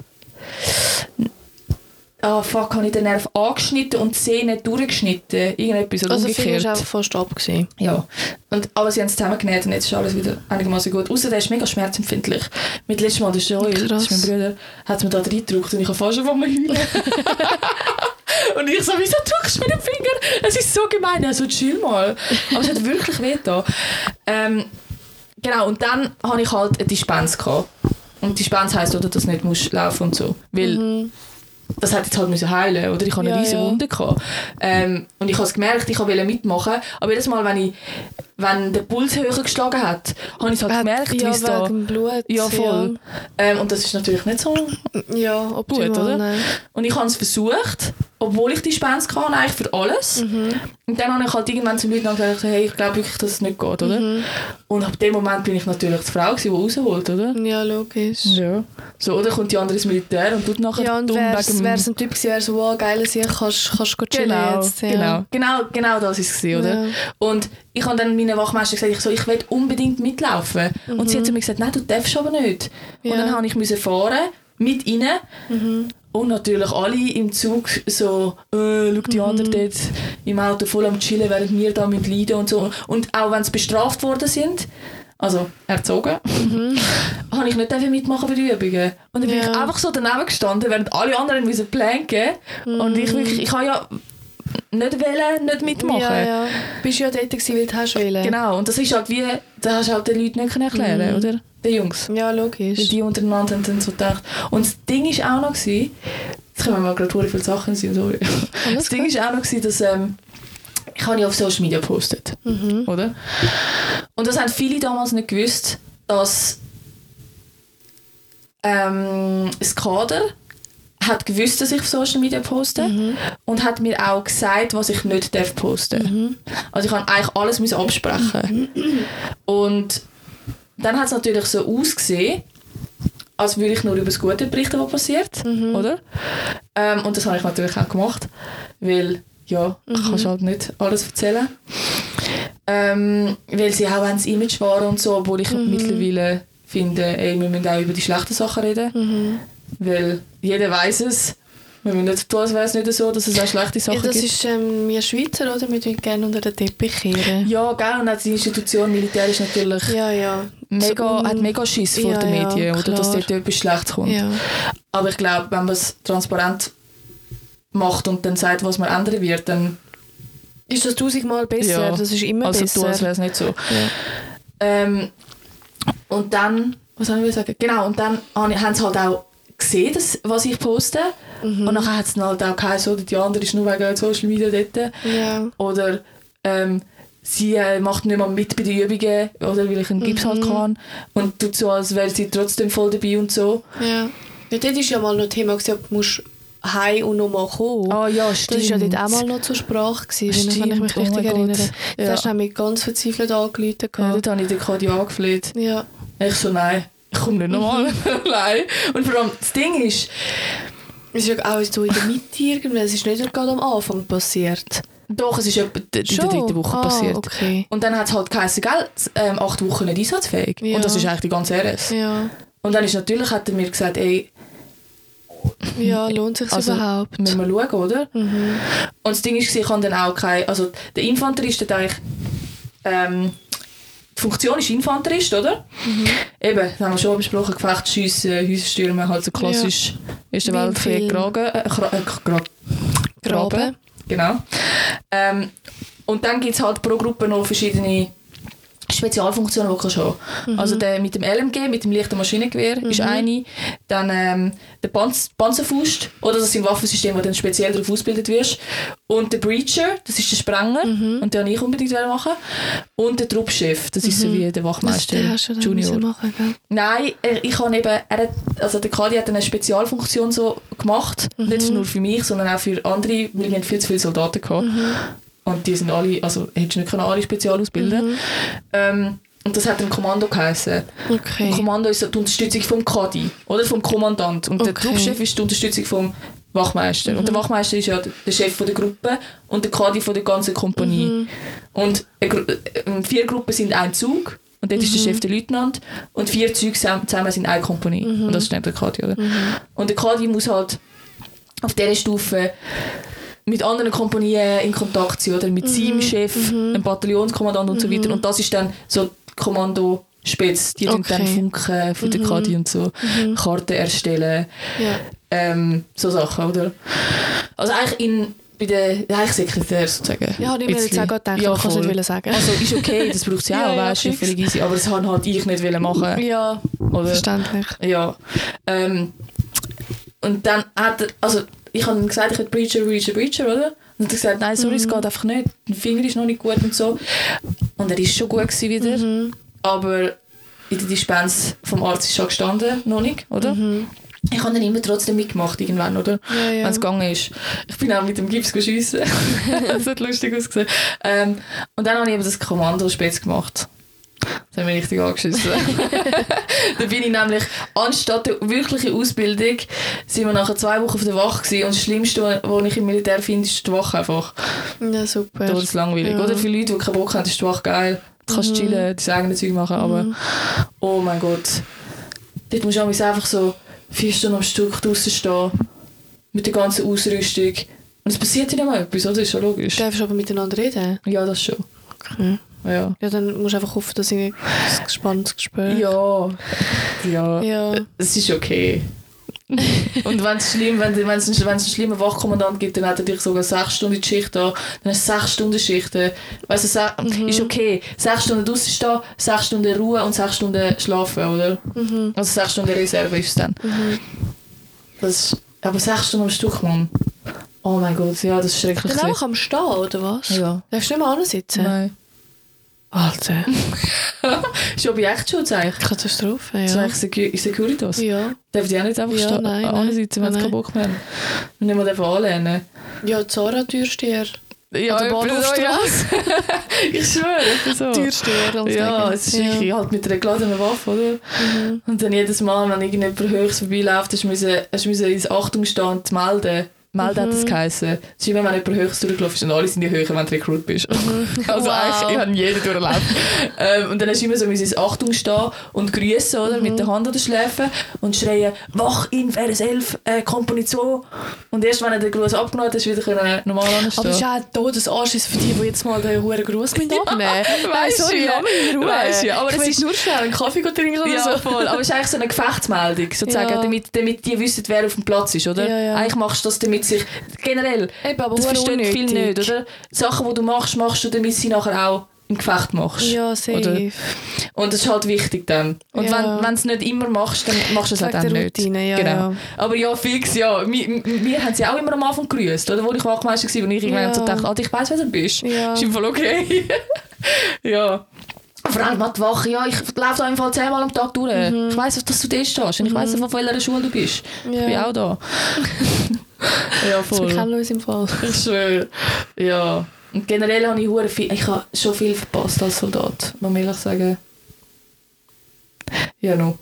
habe ich den Nerv angeschnitten und die Sehne durchgeschnitten. Irgendetwas oder also umgekehrt. Also der Finger war einfach fast ab. Ja. Aber sie haben es zusammenggenäht und jetzt ist alles wieder einigermaßen gut. Außer der ist mega schmerzempfindlich. Mit letztes Mal, das ist mein Bruder, hat es mir da reingedrückt und ich habe fast schon von mir heulen. Und ich so, wieso drückst du mir den Finger? Es ist so gemein. Also chill mal. Aber es hat wirklich wehgetan. Genau, und dann hatte ich halt eine Dispense gehabt. Und Dispense heisst, oder, dass du nicht musst laufen und so. Weil das hätte jetzt halt müssen heilen, oder? Ich hatte eine riesige Wunde gehabt. Und ich habe es gemerkt, ich wollte mitmachen. Aber jedes Mal, wenn der Puls höher geschlagen hat, habe ich es halt gemerkt, wie es da... wegen Blut. Ja, voll. Und das ist natürlich nicht so optimal, gut, oder? Nein. Und ich habe es versucht, obwohl ich Dispense hatte, eigentlich für alles. Und dann habe ich halt irgendwann zu Leuten gesagt, hey, ich glaube wirklich, dass es nicht geht, oder? Und ab dem Moment bin ich natürlich die Frau, die raus wollte, oder? Ja, logisch. Ja. So, oder kommt die andere ins Militär und tut nachher Ja, und wäre es ein Typ gewesen, wäre so, wow, geil, kannst du chillen jetzt. Ja. Genau das war es, oder? Ja. Und ich habe dann meinen Wachmeister gesagt, ich will unbedingt mitlaufen. Und sie hat zu mir gesagt, nein, du darfst aber nicht. Ja. Und dann musste ich fahren, mit rein. Und natürlich alle im Zug so, schau die anderen dort im Auto voll am Chillen, während wir da mit leiden und so. Und auch wenn sie bestraft worden sind, also erzogen, habe ich nicht mitmachen bei den Übungen. Und dann bin ich einfach so daneben gestanden, während alle anderen müssen planken. Und ich habe ja nicht mitmachen. Ja. Bist ja dort gewesen, weil du hast wollen. Genau, und das ist halt wie, da hast du halt den Leuten nicht erklären, oder? Den Jungs. Ja, logisch. Weil die untereinander haben dann so gedacht. Und das Ding war auch noch, jetzt können wir mal gerade viele Sachen sein, sorry. Das Ding war auch noch, dass ich habe ja auf Social Media gepostet, oder? Und das haben viele damals nicht gewusst, dass das Kader hat gewusst, dass ich auf Social Media poste und hat mir auch gesagt, was ich nicht posten darf. Also ich musste eigentlich alles absprechen. Und dann hat es natürlich so ausgesehen, als würde ich nur über das Gute berichten, was passiert, oder? Und das habe ich natürlich auch gemacht, weil ja, ich kann halt nicht alles erzählen. Weil sie auch das Image waren und so, obwohl ich mittlerweile finde, ey, wir müssen auch über die schlechten Sachen reden. Weil jeder weiss es. Wir müssen nicht tun, als wäre es nicht so, dass es auch schlechte Sachen gibt. Das ist wir Schweizer, oder? Wir tun gerne unter den Teppich kehren. Ja, gell? Und auch die Institution Militär ist natürlich hat mega Schiss vor den Medien, oder dass dort etwas Schlechtes kommt. Ja. Aber ich glaube, wenn man es transparent macht und dann sagt, was man ändern wird, dann ist das 1000-mal besser. Ja. Das ist immer besser. Also als wäre es nicht so. Ja. Und dann, was soll ich sagen? Genau, und dann haben sie halt auch gesehen, was ich poste. Und dann hat es halt auch geheißen, oder die andere ist nur wegen Social Media dort. Ja. Oder sie macht nicht mehr mit bei den Übungen, oder weil ich einen Gips halt kann. Und tut so, als wäre sie trotzdem voll dabei und so. Ja. Ja, dort war ja mal noch Thema, ob du musst heim und nochmal kommen. Ah ja, stimmt. Das war ja dort auch mal noch zur Sprache gewesen, wenn ich mich richtig erinnere. Ja. Da hast du nämlich ganz verzweifelt angerufen. Ja, dort habe ich den Kadi angefleht. Ja. Ich so, nein, ich komme nicht nochmal allein. Und vor allem, das Ding ist... Es ist ja auch so in der Mitte irgendwann, es ist nicht gerade am Anfang passiert. Doch, es ist in der 3. Woche passiert. Okay. Und dann hat es halt geheißen, gell, 8 Wochen nicht einsatzfähig. Ja. Und das ist eigentlich die ganze RS. Ja. Und dann ist natürlich, hat er mir gesagt, ey... Ja, lohnt sich also, überhaupt? Müssen wir schauen, oder? Und das Ding ist, ich habe dann auch keine... Also der Infanterist hat eigentlich... die Funktion ist Infanterist, oder? Eben, das haben wir schon besprochen, Gefecht, Schiessen, Häuserstürmen, halt so klassisch Erster Weltkrieg, Graben. Genau. Und dann gibt es halt pro Gruppe noch verschiedene Spezialfunktionen, die du haben. Also der mit dem LMG, mit dem leichten Maschinengewehr, ist eine. Dann der Panzerfaust, oder das sind Waffensysteme, wo du dann speziell darauf ausgebildet wirst. Und der Breacher, das ist der Sprenger, und den wollte ich unbedingt machen. Und der Truppchef, das ist so wie der Wachmeister Junior. Machen, gell? Nein, ich habe eben, also der Kadi hat eine Spezialfunktion so gemacht, nicht nur für mich, sondern auch für andere, weil wir viel zu viele Soldaten gehabt. Und die sind alle, also hättest du nicht alle spezial ausbilden. Und das hat ein Kommando geheißen. Okay. Ein Kommando ist die Unterstützung vom Kadi oder vom Kommandant. Und der Truppchef ist die Unterstützung vom Wachmeister. Und der Wachmeister ist ja der Chef der Gruppe und der Kadi von der ganzen Kompanie. Und 4 Gruppen sind ein Zug. Und dort ist der Chef der Leutnant. Und 4 Züge zusammen sind eine Kompanie. Und das ist nicht der Kadi, oder? Und der Kadi muss halt auf dieser Stufe mit anderen Kompanien in Kontakt sein, oder mit seinem Chef, einem Bataillonskommandant und so weiter. Und das ist dann so Kommando Spitz. Die tun dann funken für den Kadi und so, Karten erstellen, so Sachen, oder? Also eigentlich eigentlich Sekretär sozusagen. Ja, ich mir jetzt auch gerade gedacht, ja, aber ich kann es voll. nicht sagen. Also ist okay, das braucht sie auch, Ja, weißt du, fix. völlig easy. Aber das wollte halt ich nicht machen. Ja, Oder? verständlich. Ja. Und dann hat er, also ich habe ihm gesagt, ich will Breacher, oder? Und er hat gesagt, nein, sorry, es geht einfach nicht. Der Finger ist noch nicht gut und so. Und er war schon gut gewesen wieder. Aber in der Dispense vom Arzt ist schon gestanden, noch nicht, oder? Ich habe dann immer trotzdem mitgemacht, irgendwann, oder? Ja, ja. Wenn es gegangen ist. Ich bin auch mit dem Gips schiessen. Das hat lustig ausgesehen. Und dann habe ich eben das Kommando-Spätz gemacht. Das hat mich richtig angeschissen. Da bin ich nämlich, anstatt der wirklichen Ausbildung, sind wir nachher 2 Wochen auf der Wache gewesen. Und das Schlimmste, was ich im Militär finde, ist die Wache einfach. Ja, super. Das ist langweilig. Ja. Oder für Leute, die keinen Bock haben, ist die Wache geil. Du kannst chillen, deine eigenen Zeug machen, aber oh mein Gott. Dort musst du einfach so 4 Stunden am Stück draussen stehen. Mit der ganzen Ausrüstung. Und es passiert dir mal etwas, oder? Das ist schon logisch. Darfst du aber miteinander reden? Ja, das schon. Okay. Ja. Ja, dann musst du einfach hoffen, dass ich ein gespanntes Gespräch. Ja. Ja. Es ist okay. Und wenn es einen schlimmen Wachkommandant gibt, dann hat er dich sogar 6 Stunden die Schicht da. Dann hast du 6 Stunden Schichten. Weißt du, ist okay. 6 Stunden draussen stehen, 6 Stunden Ruhe und 6 Stunden schlafen, oder? Also 6 Stunden Reserve ist es dann. Aber 6 Stunden am Stück, Mann. Oh mein Gott, ja, das ist schrecklich. Dann einfach am Stehen, oder was? Ja. Darfst du nicht mal sitzen? Nein. Alter. Ist Objektschutz eigentlich? Katastrophe, Das ist ja. eigentlich Securitas. Ja. Darf die auch nicht einfach Ja, nein, ansitzen, wenn sie nein. keinen Bock mehr haben? Und nicht mal anlehnen. Ja, Zara-Türsteher. Ja, An der Bahnhofstrasse. Ich schwöre, so. Türsteher. Ja, es ist wirklich halt mit einer geladenen Waffe, oder? Und dann jedes Mal, wenn irgendjemand höchst vorbeiläuft, hast du ins Achtungsstand melden. Melden hat das geheissen. Es ist immer, wenn jemand höchst durchgelaufen ist und alle sind die höher, wenn du Recruit bist. Also eigentlich, ich habe jeden durchlaufen. Und dann hast du immer so ins Achtung stehen und grüßen, oder? Mit der Hand an den Schläfen und schreien, wach in Vers 11, Kompanie 2. Und erst wenn er den Gruß abgenommen hat, hast du wieder normal anstehen. Aber es ist auch ein Todesanschiss für die jetzt mal den hohen Gruß abnehmen müssen. Weißt du, sorry, lass mich in Ruhe. Weißt du, aber ich es will ist nur schnell einen Kaffee trinken oder ja, so. voll. Aber es ist eigentlich so eine Gefechtsmeldung, sozusagen, Ja. damit die wissen, wer auf dem Platz ist, oder? Ja, ja. Eigentlich machst du das, damit sich generell, Eben, aber das verdammt verstehen viele unnötig. nicht, oder? Sachen, die du machst du, damit sie nachher auch im Gefecht machst. Ja, safe. Oder? Und das ist halt wichtig dann. Und Ja. wenn du es nicht immer machst, dann machst du es halt Wegen auch der nicht. Routine, ja, genau. ja. Aber ja, fix, ja. Wir haben sie auch immer am Anfang gegrüßt, oder? Wo ich Wachmeister war und ich irgendwann Ja. so dachte, ich weiss, wer du bist. Ja. Ist im Fall okay. Ja. Vor allem die Wache, ja, ich laufe da im Fall 10-mal am Tag durch. Ich weiss, dass du da stehst und ich weiss, von welcher Schule du bist. Ich bin auch da. Ja, voll. Wir kennen uns im Fall. Ich schwöre. Ja. Und generell habe ich habe schon viel verpasst als Soldat, muss ich ehrlich sagen. Ja, no.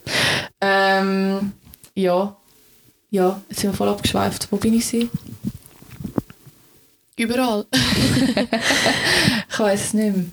Ja. Ja, jetzt sind wir voll abgeschweift. Wo bin ich sie? Überall. Ich weiss es nicht mehr.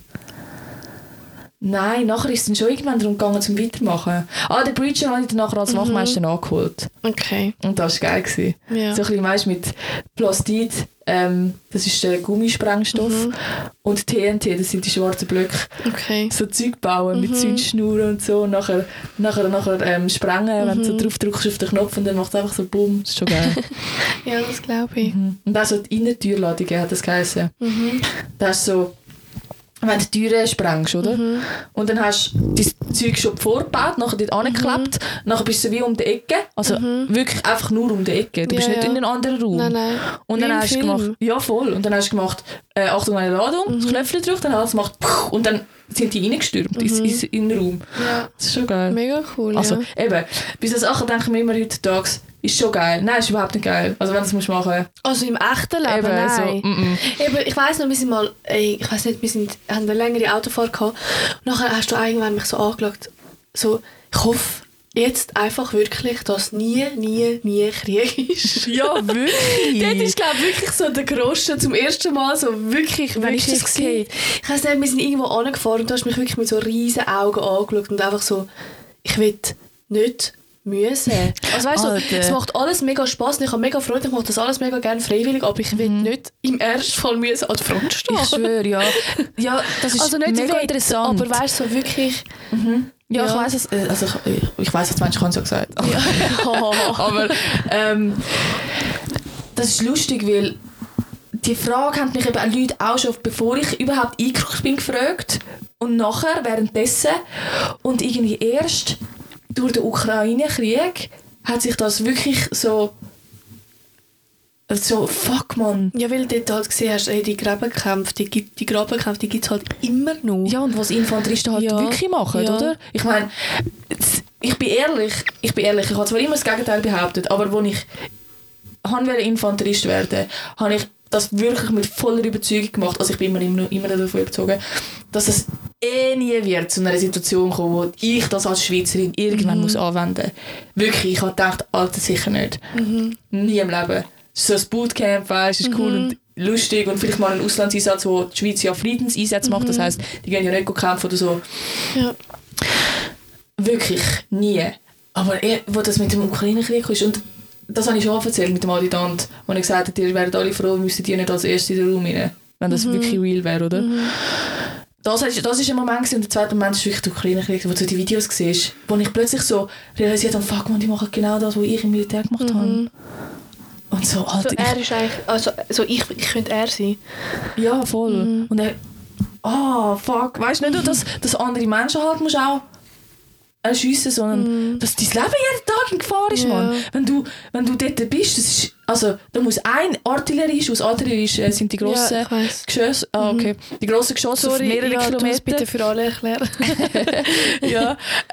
Nein, nachher ist es dann schon irgendwann darum gegangen, zum Weitermachen. Den Breacher habe ich dann nachher als Wachmeister nachgeholt. Okay. Und das war geil gewesen. Ja. So ein bisschen, weißt, mit Plastid, das ist der Gummisprengstoff. Und TNT, das sind die schwarzen Blöcke. Okay. So Zeug bauen mit Zündschnuren und so. Und nachher sprengen, wenn du so drauf drückst auf den Knopf und dann macht es einfach so Bumm. Das ist schon geil. Ja, das glaube ich. Und auch so die Innentürladungen hat das geheißen. Das ist so, wenn du die Türen sprengst, oder? Und dann hast du das Zeug schon vorgebaut, nachher dort angeklebt, nachher bist du so wie um die Ecke, also wirklich einfach nur um die Ecke, du bist Ja, nicht ja. in einem anderen Raum. Nein. Und dann Wie im hast du Film. gemacht, ja voll, und dann hast du gemacht, Achtung, eine Ladung, das Knöpfchen drückt, dann alles macht und dann sind die reingestürmt in den Raum. Ja. Das ist schon geil. Mega cool, Also ja. eben, bei so Sachen denke ich mir immer heutzutage, ist schon geil. Nein, ist überhaupt nicht geil. Also wenn du das musst machen. Also im echten Leben, Eben, nein. so, Eben, ich weiss noch, wir sind mal, ich weiss nicht, haben eine längere Autofahrt gehabt. Und nachher hast du irgendwann mich so angeschaut, so, ich hoffe jetzt einfach wirklich, dass nie Krieg ist. Ja, wirklich. Dort ist, glaube ich, wirklich so der Groschen zum ersten Mal so wirklich, Wann ist das gesehen. Ich weiss nicht, wir sind irgendwo angefahren und du hast mich wirklich mit so riesen Augen angeschaut und einfach so, ich will nicht müssen. Also weißt du, Alter. es macht alles mega Spass und ich habe mega Freude, ich mache das alles mega gerne freiwillig, aber ich will nicht im ersten Fall müssen an der Front stehen. Ich schwöre, ja. Ja, das ist Also nicht mega wett, interessant. aber weißt du, so wirklich... ja, ich ja. weiss es, also ich weiss, was Mensch kann so gesagt. Aber das ist lustig, weil die Frage haben mich eben auch Leute auch schon, bevor ich überhaupt eingeguckt bin, gefragt. Und nachher, währenddessen. Und irgendwie erst durch den Ukraine-Krieg hat sich das wirklich so fuck, man. Ja, weil du dort halt gesehen hast, die Grabenkämpfe, die Grabenkämpfe, die gibt es halt immer noch. Ja, und was Infanteristen halt wirklich machen, oder? Ich meine, ich bin ehrlich, ich habe zwar immer das Gegenteil behauptet, aber als ich Infanterist werden habe ich das wirklich mit voller Überzeugung gemacht. Also ich bin immer davon überzeugt, dass es nie wird zu einer Situation kommen, wo ich das als Schweizerin irgendwann muss anwenden muss. Wirklich, ich habe gedacht, Alter, sicher nicht. Nie im Leben. So ein Bootcamp, weißt, ist cool und lustig und vielleicht mal ein Auslandseinsatz, wo die Schweiz ja Friedenseinsätze macht. Das heisst, die gehen ja nicht kämpfen oder so. Ja. Wirklich, nie. Aber wo das mit dem Ukraine-Krieg ist, und das habe ich schon erzählt mit dem Adjutant, wo ich gesagt habe, ihr wären alle froh, müsstet ihr nicht als Erstes in den Raum rein, wenn das wirklich real wäre, oder? Das ist ein Moment gewesen, und der zweite Moment ist wirklich der Ukraine-Krieg, wo du die Videos siehst, wo ich plötzlich so realisiert habe, fuck man, die machen genau das, was ich im Militär gemacht habe. Und so, Alter, er ist eigentlich, also ich könnte er sein. Ja, voll. Und er, fuck, weißt du nicht nur, dass andere Menschen halt musst auch erschiessen, sondern dass dein Leben jeden Tag in Gefahr ist, Mann. Wenn du dort bist, das ist, also da muss ein Artillerieschuss, sind die grossen Geschosse, okay, die grossen Geschosse auf mehrere Kilometer. Bitte für alle erklären. Ja,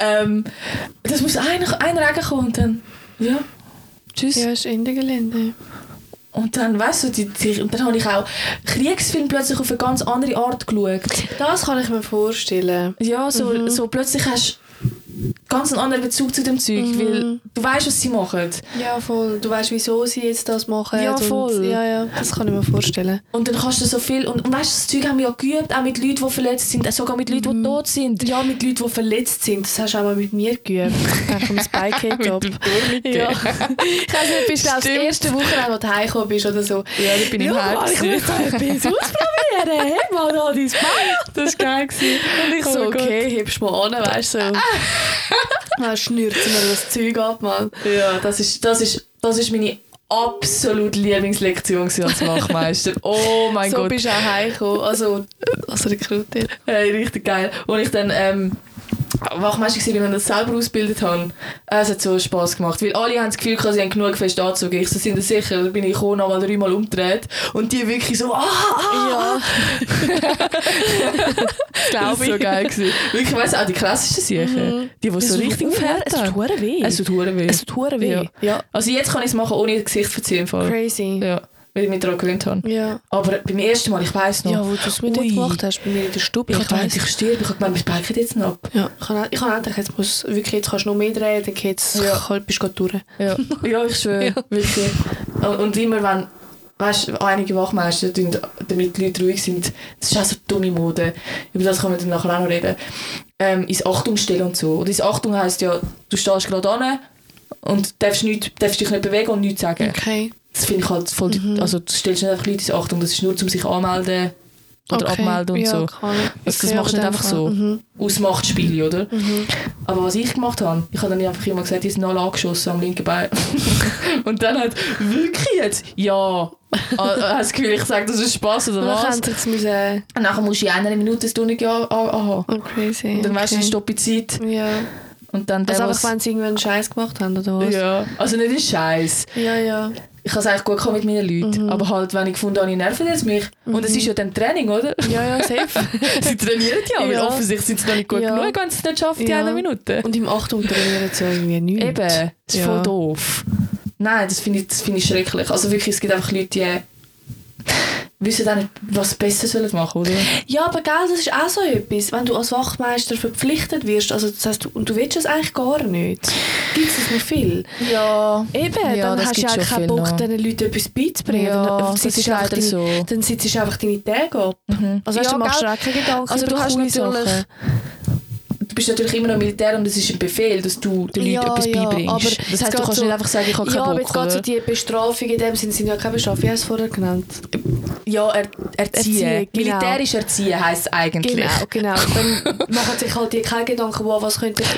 das muss ein Regen kommen und dann, ja, tschüss. Ja, ist Ende Gelände. Und dann, weißt du, und dann habe ich auch Kriegsfilme plötzlich auf eine ganz andere Art geschaut. Das kann ich mir vorstellen. Ja, so plötzlich hast du ganz einen anderen Bezug zu dem Zeug, weil du weißt, was sie machen. Ja, voll. Du weißt, wieso sie jetzt das machen. Ja, voll. Ja, das kann ich mir vorstellen. Und dann kannst du so viel, und weißt du, das Zeug haben wir ja geübt, auch mit Leuten, die verletzt sind, sogar mit Leuten, die tot sind. Ja, mit Leuten, die verletzt sind. Das hast du auch mal mit mir geübt. Ich vom Spike-Top. Ja. Ich weiss nicht, bist du das erste Wochenende, wo du heimgekommen bist oder so. Ja, ich bin im Heim. Ich muss es ausprobieren. Hey, mal da dein Bein. Das war geil. Und ich so, okay, hebst mal an, weißt du, so. Dann schnürzen wir das Zeug ab, Mann. Ja, das ist meine absolute Lieblingslektion als Wachmeister. Oh mein Gott. So bist du auch heimgekommen, also Rekrutin. Hey, richtig geil. Und ich dann Wachmeister war, wenn ich das selber ausgebildet habe. Es hat so Spass gemacht, weil alle haben das Gefühl, sie haben genug fest Anzug. Ich so, sind sicher, da bin ich gekommen, mal 3 Mal umgedreht. Und die wirklich so, Ja. Das war so geil gewesen. Ich weiss auch, die klassischen Sicher. Die so richtig fährt. Es tut weh. Es tut weh. Ja. Also jetzt kann ich es machen, ohne das Gesicht zu verziehen. Crazy. Ja, weil ich mich daran gewöhnt habe. Ja. Aber beim ersten Mal, ich weiss noch. Ja, wo du es mit dir gemacht hast, bei mir in der Stube. Ich dachte, ich sterbe. Ich habe gemeint, wir speichern jetzt noch ab. Ja, ich habe gedacht, jetzt kannst du noch mehr drehen, dann bist du durch. Ja, ja, ich schwöre. Ja. Wirklich. Und immer wenn, weißt du, einige Wachmeister, damit die Leute ruhig sind, das ist auch so dumme Mode. Über das können wir dann nachher auch noch reden. Ins Achtung stellen und so. Und ins Achtung heisst ja, du stehst gerade an und darfst dich nicht bewegen und nichts sagen. Okay. Das finde ich halt voll... Also du stellst nicht einfach Leute ins Achtung, das ist nur, um sich anmelden oder abmelden und so. Das machst du nicht einfach so. Aus Machtspiel, oder? Aber was ich gemacht habe, ich habe dann einfach immer gesagt, die sind alle angeschossen am linken Bein. Und dann hat wirklich jetzt... Ja... Hast du das Gefühl, ich sage, das ist Spass oder was? Und nachher musst du in 1 Minute das Tunnel anhaben. Oh, crazy. Und dann weißt du, die Stoppzeit. Ja. Und dann also einfach, wenn sie irgendwann einen Scheiß gemacht haben, oder was? Ja, also nicht einen Scheiß. Ja. Ich kann es eigentlich gut mit meinen Leuten. Aber halt, wenn ich gefunden habe, ich nerven jetzt mich. Und es ist ja dann Training, oder? Ja, safe. Sie trainieren ja, weil offensichtlich sind sie noch nicht gut genug, wenn sie es nicht schaffen, die 1 Minute. Und im Achtung trainieren sie ja irgendwie nichts. Eben, das ist voll doof. Nein, das finde ich schrecklich. Also wirklich, es gibt einfach Leute, die wissen auch nicht, was sie besser machen sollen, oder? Ja, aber gell, das ist auch so etwas. Wenn du als Wachmeister verpflichtet wirst, also das heisst, und du willst es eigentlich gar nicht, gibt es noch viel. Ja. Eben, ja, dann hast du ja keinen Bock, diesen Leuten etwas beizubringen. Ja, das ist leider so. Dann sitzt du einfach deine Tage ab. Also weißt, du machst dir auch keine Gedanken also über du hast natürlich... Du bist natürlich immer noch Militär und es ist ein Befehl, dass du den Leuten etwas beibringst. Aber das heisst, du kannst nicht einfach sagen, ich habe keinen Bock. Ja, aber jetzt geht so die Bestrafung in dem Sinne, sind ja keine Bestrafung, wie hast du es vorher genannt? Ja, erziehen. Genau. Militärisch erziehen heisst es eigentlich. Genau. Dann machen sich halt die keine Gedanken, was könnte ich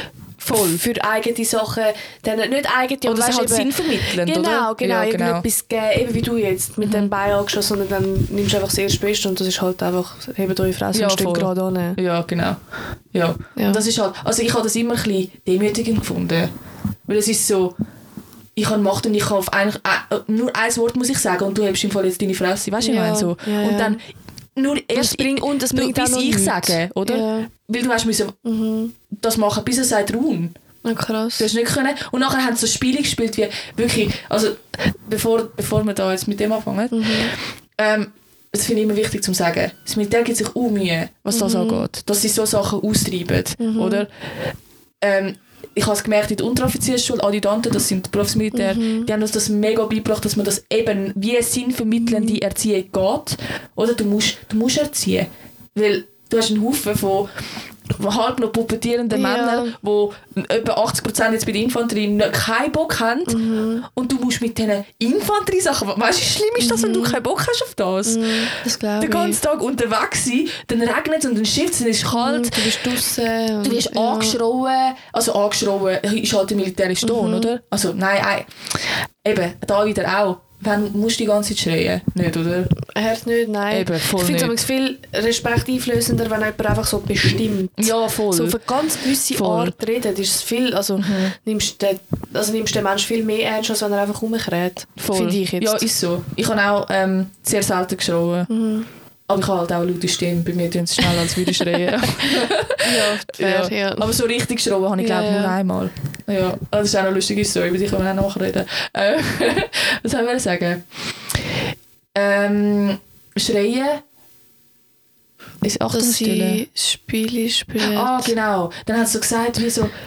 Voll. für eigene Sachen, dann nicht eigene, Oder aber halt weißt, eben- sinnvermittelnd, genau, oder? Genau, Ja, irgendetwas geben, eben wie du jetzt mit dem Bein angeschossen, sondern dann nimmst du einfach das Erstbeste und das ist halt einfach, hebt eure Fresse und stimmt voll. gerade an. Ja, genau. Ja. Ja. Und das ist halt, also ich habe das immer ein bisschen demütigend gefunden. Weil es ist so, ich habe Macht und ich kann auf eigentlich, nur ein Wort muss ich sagen und du hebst im Fall jetzt deine Fresse, weißt du, ich Ja, meine so. ja, Und ja. dann nur erst und es bringt bis auch noch ich nichts. sage, oder? Ja. Weil du hast müssen das machen, bis er sagt Ruhen. Ja, krass. Du hast nicht können. Und nachher haben sie so Spiele gespielt, wie wirklich, also bevor wir da jetzt mit dem anfangen, das finde ich immer wichtig zu sagen. Das Militär gibt sich auch Mühe, was das angeht. Dass sie so Sachen austreiben, oder? Ich habe es gemerkt in der Unteroffiziersschule, Adjutanten, das sind Berufsmilitär, die haben uns das mega beigebracht, dass man das eben wie eine sinnvermittelnde Erziehung geht. Oder du musst erziehen. Weil du hast einen Haufen von halb noch pubertierenden Männern, die etwa 80% jetzt bei der Infanterie keinen Bock haben. Und du musst mit diesen Infanterie-Sachen, weißt du, wie schlimm ist das, wenn du keinen Bock hast auf das? Das glaube Den ich. ganzen Tag unterwegs sein, dann regnet es und dann schifft es, dann ist es kalt. Du bist draussen. Du wirst angeschrauen. Also angeschrauen ist halt der militärische Ton, oder? Also nein, eben, da wieder auch. Wann musst du die ganze Zeit schreien? Nicht, oder? Hört nicht, nein. Eben, voll ich finde nicht. es viel respekteinflößender, wenn jemand einfach so bestimmt. Ja, voll. So auf eine ganz gewisse Voll. Art redet, ist es viel, also nimmst den Menschen viel mehr ernst, als wenn er einfach rumkräht. Finde ich jetzt. Ja, ist so. Ich habe auch sehr selten geschrauen. Aber ich habe halt auch eine laute Stimme. Bei mir tun sie schneller, als würde ich schreien. fair, ja. Aber so richtig geschrauen habe ich, glaube ich, nur einmal. Ja, das ist auch eine lustige Story, über die können wir auch nachreden. Was soll ich sagen? Schreien ist Achtungsstille. Spiele spielen. Ah, genau. Dann hat sie so gesagt, wie so,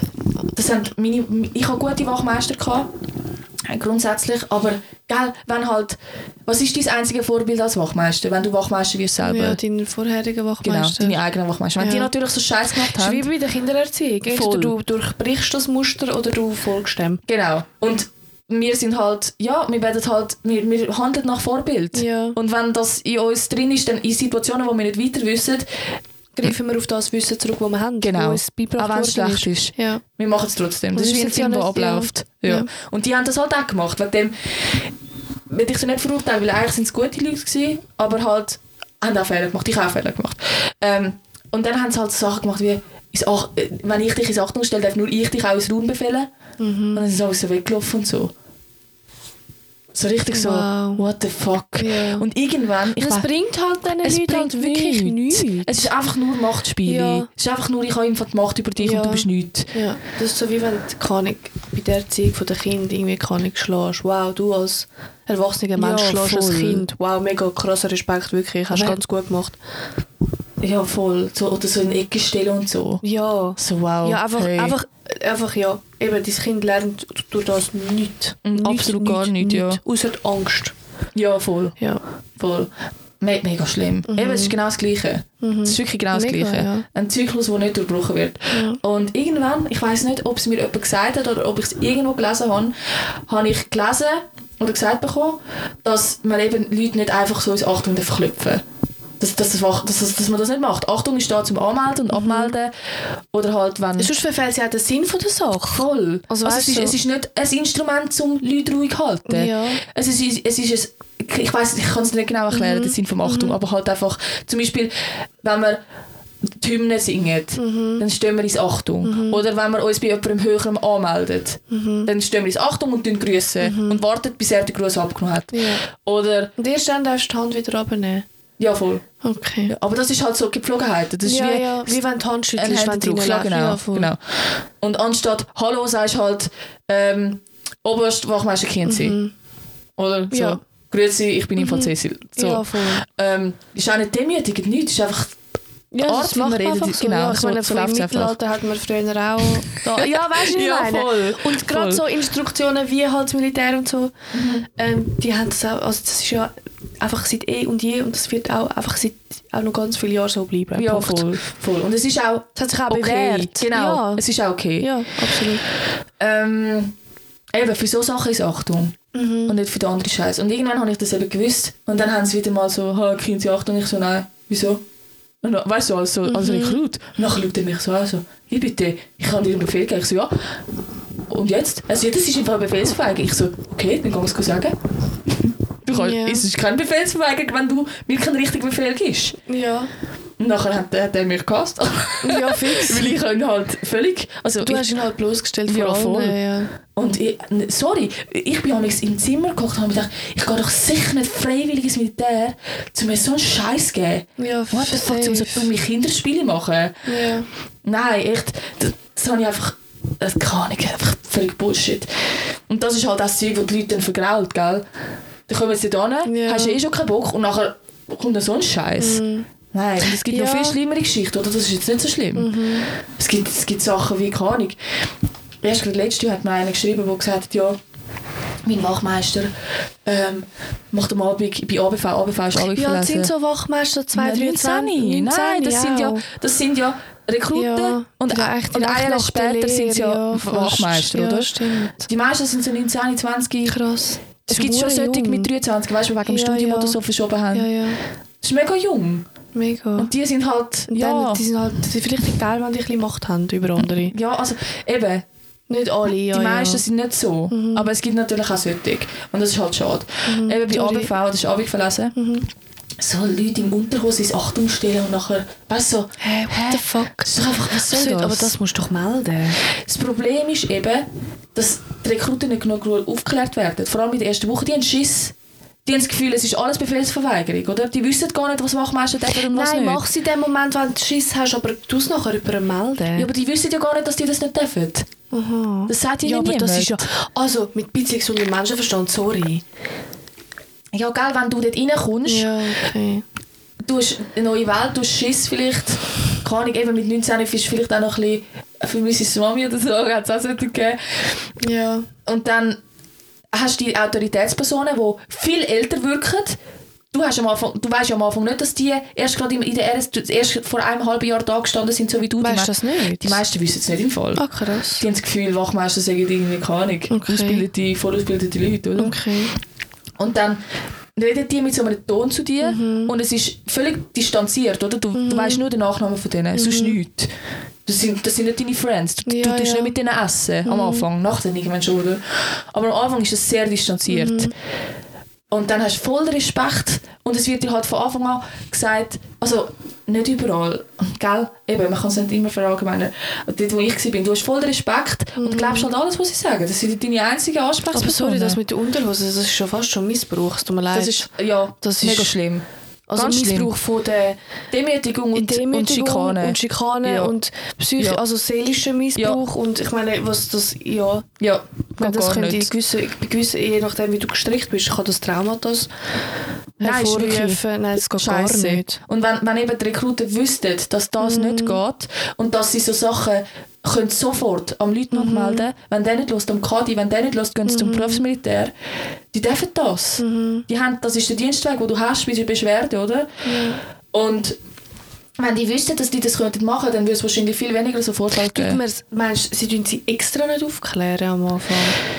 ich hatte gute Wachmeister gehabt, grundsätzlich, aber gell, wenn halt, was ist dein einziges Vorbild als Wachmeister, wenn du Wachmeister wirst selber? Ja, deine vorherigen Genau, Wachmeister. deine eigenen Wachmeister. Wenn die natürlich so Scheiß gemacht Das ist wie haben. bei der Kindererziehung. Entweder Voll. du durchbrichst das Muster oder du folgst dem. Genau. Und wir sind halt, ja, wir handeln nach Vorbild. Ja. Und wenn das in uns drin ist, dann in Situationen, wo wir nicht weiter wissen, Greifen wir auf das Wissen zurück, das wir haben. Genau. Wo uns beigebracht auch wenn es worden schlecht ist. Ja. Wir machen es trotzdem. Das Wir ist wie ein wissen's ja Film, der nicht, abläuft. ja. Ja. Ja. Und die haben das halt auch gemacht. Wegen dem will ich sie nicht verurteilen, weil eigentlich sind es gute Leute gewesen, aber halt haben auch Fehler gemacht. Ich habe auch Fehler gemacht. Und dann haben sie halt so Sachen gemacht wie, wenn ich dich ins Achtung stelle, darf nur ich dich auch ins Raum befehlen. Und dann sind sie alles so weggelaufen und so. So richtig so, Wow. what the fuck. Ja. Und irgendwann... Und es bringt halt diesen Leuten halt wirklich nichts. Es ist einfach nur Machtspiele. Ja. Es ist einfach nur, ich habe einfach die Macht über dich Ja. und du bist nichts. Ja, das ist so wie wenn du keine Ahnung, bei der Erziehung der Kinder irgendwie keine Ahnung schlägst. Wow, du als erwachsener Mensch Ja, schlägst das voll. Kind. Wow, mega krasser Respekt, wirklich. Hast du Aber- ganz gut gemacht. Ja, voll. So, oder so in die Ecke stellen und so. Ja. So, wow. Ja, einfach, hey. einfach ja. Eben, dein Kind lernt durch das nichts. Absolut gar nichts, ja. Außer Angst. Ja, voll. Ja. Voll. Mega schlimm. Eben, es ist genau das Gleiche. Es ist wirklich genau das Mega, Gleiche. ja. Ein Zyklus, der nicht durchbrochen wird. Ja. Und irgendwann, ich weiss nicht, ob es mir jemand gesagt hat oder ob ich es irgendwo gelesen habe, habe ich gelesen oder gesagt bekommen, dass man eben Leute nicht einfach so ins Achtung verklopfen. Dass man das nicht macht. Achtung ist da zum Anmelden und Abmelden. Oder halt, wenn... Sonst verfehlt sie auch den Sinn von der Sache. Voll. Also, Also weißt es, du- ist nicht ein Instrument, um Leute ruhig zu halten. Ja. Es ist ich weiss, ich kann es nicht genau erklären, den Sinn von Achtung, aber halt einfach, zum Beispiel, wenn wir die Hymne singen, dann stehen wir ins Achtung. Oder wenn wir uns bei jemandem Höherem anmelden, dann stehen wir ins Achtung und grüßen und warten, bis er den Gruß abgenommen hat. Ja. Oder, Und erst dann darfst du die Hand wieder runternehmen. ja voll. Okay. Ja, aber das ist halt so Gepflogenheiten. Das ist Ja, wie, ja, wie wenn du die Hand ein schüttelst, wenn du Händedruck. Ja, reinlegst. genau, Ja, voll. genau. Und anstatt Hallo sagst du halt Oberst Wachmeister Kienzi. Oder so. Ja. Grüezi, ich bin im Fall Cecil. So. Ja, voll. Ist auch nicht demütigend, nichts. Ist einfach Ja, Art, das wie man macht man redet, einfach so. genau, Ja, ich so- meine, so im läuft's einfach. Mittelalter hat man früher auch da. Ja, weißt du, wie ich Ja, meine? voll. Und gerade Voll. so Instruktionen wie halt das Militär und so, die haben das auch, also das ist ja einfach seit eh und je und das wird auch einfach seit auch noch ganz viele Jahre so bleiben. ja, Punkt. voll. Und es ist auch Das hat sich auch okay. bewährt. Genau, Ja. es ist auch okay. Ja, absolut. Eben, für so Sachen ist Achtung. Und nicht für den anderen Scheiß. Und irgendwann habe ich das eben gewusst. Und dann haben sie wieder mal so, Kienzi, Achtung. Ich so, nein, wieso? Und dann, weißt du, als Rekrut. Und dann schaut er mich so an, so, wie bitte, ich kann dir einen Befehl geben. Ich so, ja. Und jetzt? Also ja, das ist einfach Befehlsverweigerung. Ich so, okay, dann kann ich es sagen. Es ist kein Befehlsverweigerung, wenn du mir keinen richtigen Befehl gibst. Ja. Und nachher hat er mich gehasst. Ja, fix. Weil ich ihn halt völlig... Also du hast ihn halt bloßgestellt ja, vor voll. allen. Ja. Und ich bin amigs im Zimmer gekocht und habe mir gedacht, ich gehe doch sicher nicht freiwillig ins Militär, um mir so einen Scheiß zu geben. Ja, what the fuck, um so dumme Kinderspiele machen? Ja. Nein, echt, das habe ich einfach... Keine Ahnung, einfach völlig Bullshit. Und das ist halt das Zeug, das die Leute dann vergrault, gell? Dann kommen sie da hin, hast du schon keinen Bock und nachher kommt dann so ein Scheiß. Nein, und es gibt noch viel schlimmere Geschichten, oder? Das ist jetzt nicht so schlimm. Es gibt Sachen wie, keine Ahnung. Erst gerade letztes Jahr hat mir einer geschrieben, der gesagt hat, ja, mein Wachmeister macht am Abend bei ABV ist ABV Ja, das sind so Wachmeister 223. Nein, das sind ja Rekruten und ein Jahr später sind sie ja Wachmeister, oder? Ja, stimmt. Die meisten sind so 19, 20. Krass. Es gibt schon solche mit 23, weißt du, wegen dem Studium oder so verschoben haben. Ja. Das ist mega jung. Mega. Und die sind halt, die sind halt vielleicht die Teile, die ein bisschen Macht haben über andere. Ja, also eben. Nicht alle, ja. Die meisten sind nicht so. Aber es gibt natürlich auch solche. Und das ist halt schade. Eben bei ABV, das ist ABV verlesen. So Leute im Unterhose ins Achtung stellen und nachher, weißt du, so, what the fuck? Das ist doch einfach, was soll das? Aber das musst du doch melden. Das Problem ist eben, dass die Rekruten nicht genug aufgeklärt werden. Vor allem in der ersten Woche, die haben Schiss. Die haben das Gefühl, es ist alles Befehlsverweigerung, oder? Die wissen gar nicht, was Wachmeister dürfen und was nicht. Nein, mach es in dem Moment, wenn du Schiss hast, aber du es nachher jemandem melden. Ja, aber die wissen ja gar nicht, dass die das nicht dürfen. Aha. Das sagt ihnen aber niemand. Das ist ja... Also, mit bisschen gesundem Menschenverstand, sorry. Ja, gell, wenn du dort reinkommst, ja, okay. Du hast eine neue Welt, du hast Schiss vielleicht, keine Ahnung, eben mit 19 ist vielleicht auch noch ein bisschen, für Mrs. Mami oder so, hat es auch so gegeben. Ja. Und dann hast du die Autoritätspersonen, die viel älter wirken. Du weißt ja am Anfang nicht, dass die erst gerade in der RS erst vor einem halben Jahr da gestanden sind, so wie du. Weißt du das nicht? Die meisten wissen es nicht im Fall. Ah, krass. Die haben das Gefühl, Wachmeister sagen irgendwie, keine Ahnung, vollausgebildete Leute, oder? Okay. Und dann reden die mit so einem Ton zu dir und es ist völlig distanziert, oder? Du weißt nur den Nachnamen von denen, sonst nichts. Das sind nicht deine Friends. Du tust nicht mit denen essen am Anfang, nachher irgendwann schon, oder? Aber am Anfang ist es sehr distanziert. Und dann hast du voll Respekt und es wird dir halt von Anfang an gesagt, also nicht überall, gell? Eben, man kann es nicht immer verallgemeinern. Dort, wo ich war, du hast voll Respekt und glaubst halt alles, was sie sagen. Das sind deine einzigen Ansprechpersonen. Aber sorry, das mit der Unterhose, das ist schon fast schon Missbrauch, es tut mir leid. Das ist mega schlimm. Also ganz Missbrauch von der Demütigung und Schikane. Und Schikane und also seelischer Missbrauch und ich meine, was das, ja das könnte bei gewissen, je nachdem wie du gestrickt bist, kann das Traumata hervorrufen. Nein, das geht gar nicht. Und wenn eben die Rekruten wüssten, dass das nicht geht und dass sie so Sachen können sofort am Leutnant melden, wenn der nicht lässt, am Kadi, wenn der nicht lässt, gehen sie zum Berufsmilitär. Die dürfen das. Die haben, das ist der Dienstweg, den du hast bei der Beschwerde, oder? Und wenn die wüssten, dass die das machen könnten, dann würde es wahrscheinlich viel weniger so Vorfälle geben. Meinst du, sie tun sie extra nicht aufklären am Anfang?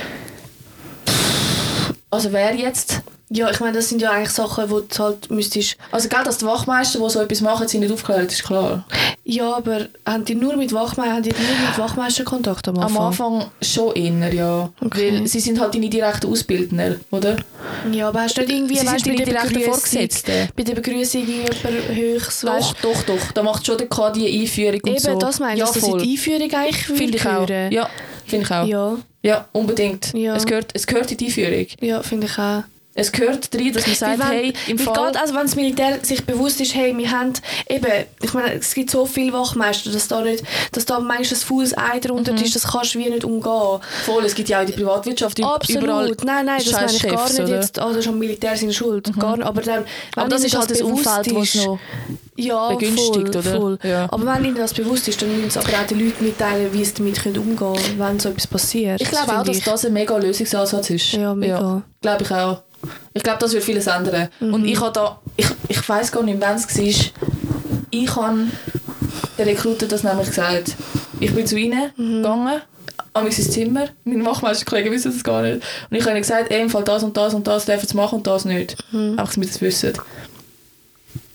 Also wer jetzt? Ja, ich meine, das sind ja eigentlich Sachen, wo du halt müsstest... Also gell, dass die Wachmeister, die so etwas machen, sie nicht aufklären, ist klar. Ja, aber haben die nur mit Wachmeister Kontakt am Anfang? Am Anfang schon eher, ja. Okay. Weil sie sind halt deine direkten Ausbildner, oder? Ja, aber hast du nicht irgendwie... Sie sind deine direkten Vorgesetzten. Bei der Begrüßung jemand höchst... Doch. Da macht schon der KD eine Einführung und eben, so. Eben, das meine ich, dass die Einführung eigentlich finde ich auch. Ja, finde ich auch. Ja, unbedingt. Ja. Es gehört in die Einführung. Ja, finde ich auch. Es gehört rein, dass man sagt, hey, im Fall... Also wenn das Militär sich bewusst ist, hey, wir haben eben, ich meine, es gibt so viele Wachmeister, dass da manchmal ein faules Ei drunter ist, das kannst du wie nicht umgehen. Voll, es gibt ja auch in der Privatwirtschaft absolut. Überall. Nein, das meine ich gar nicht oder? Jetzt, also ist am Militär seine Schuld. Gar nicht, aber dann, aber das ist halt das Umfeld, das noch begünstigt, oder? Voll. Ja. Aber wenn ihnen das bewusst ist, dann müssen sie aber auch den Leuten mitteilen, wie sie damit umgehen können, wenn so etwas passiert. Ich glaube auch, dass das ein mega Lösungsansatz ist. Ja, mega. Ja, glaube ich auch. Ich glaube, das wird vieles ändern. Und ich weiss gar nicht, wann es war. Ich habe den Rekruten das nämlich gesagt. Ich bin zu ihnen gegangen, an mein Zimmer. Meine Wachmeisterkollegen wissen das gar nicht. Und ich habe ihnen gesagt, im Fall das und das und das dürfen sie machen und das nicht. Einfach, damit sie es wissen.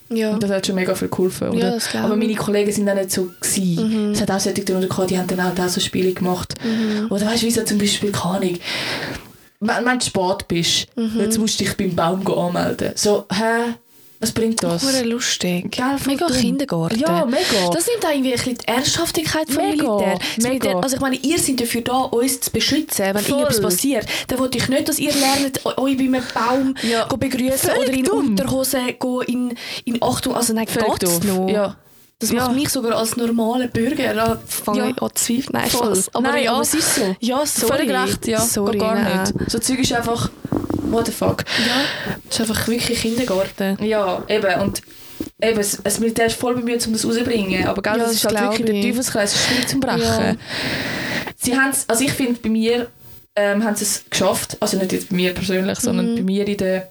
Ja. Und das hat schon mega viel geholfen, oder? Ja, das glaube aber ich. meine Kollegen sind auch nicht so gewesen. Es hat auch solche drunter gehabt, die haben dann halt auch so Spiele gemacht. Oder weißt du, wie so zum Beispiel, keine Ahnung, wenn du spät bist, jetzt musst du dich beim Baum anmelden. So, was bringt das? Hure lustig. Gell, voll Mega dumm. Kindergarten. Ja, mega. Das nimmt auch irgendwie ein bisschen die Ernsthaftigkeit vom Mega, Militär. Das mega. Militär. Also ich meine, ihr seid dafür da, uns zu beschützen, wenn Voll. irgendetwas passiert. Dann will ich nicht, dass ihr lernt, euch bei einem Baum begrüßen Völlig oder in dumm. Unterhose in Achtung. Also nein, Völlig geht's doof. noch? Ja. Das macht mich sogar als normalen Bürger an ich an zu zweifeln. Nein, Voll. Spaß. Aber Nein, ja, aber es ist so. Ja, sorry. Völlig recht, ja. Sorry, gar nein. nicht. So Zeug ist einfach, what the fuck. Ja, das ist einfach wirklich Kindergarten. Ja, eben. Und eben, das Militär ist voll bemüht, um das rauszubringen. Aber gell, Ja, das ist halt das wirklich glaube der ich. Teufelskreis, es ist schwierig zu brechen. Ja. Sie haben's, also ich finde, bei mir haben sie es geschafft. Also nicht jetzt bei mir persönlich, sondern bei mir in der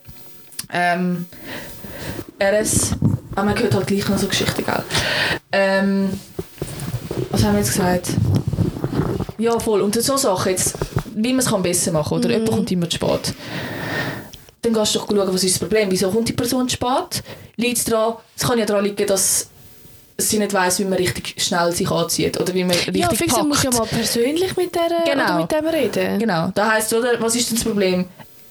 RS. Aber man hört halt gleich noch so Geschichten, gell? Was haben wir jetzt gesagt? Ja, voll. Und so Sachen jetzt, wie man es besser machen kann. Oder jemand kommt immer zu spät. Dann gehst du doch schauen, was ist das Problem. Wieso kommt die Person zu spät? Liegt es daran, es kann ja daran liegen, dass sie nicht weiss, wie man richtig schnell sich anzieht. Oder wie man richtig Ja, fix, packt. musst du ja mal persönlich mit der Genau. oder mit dem reden. Genau. Das heisst, oder, was ist denn das Problem?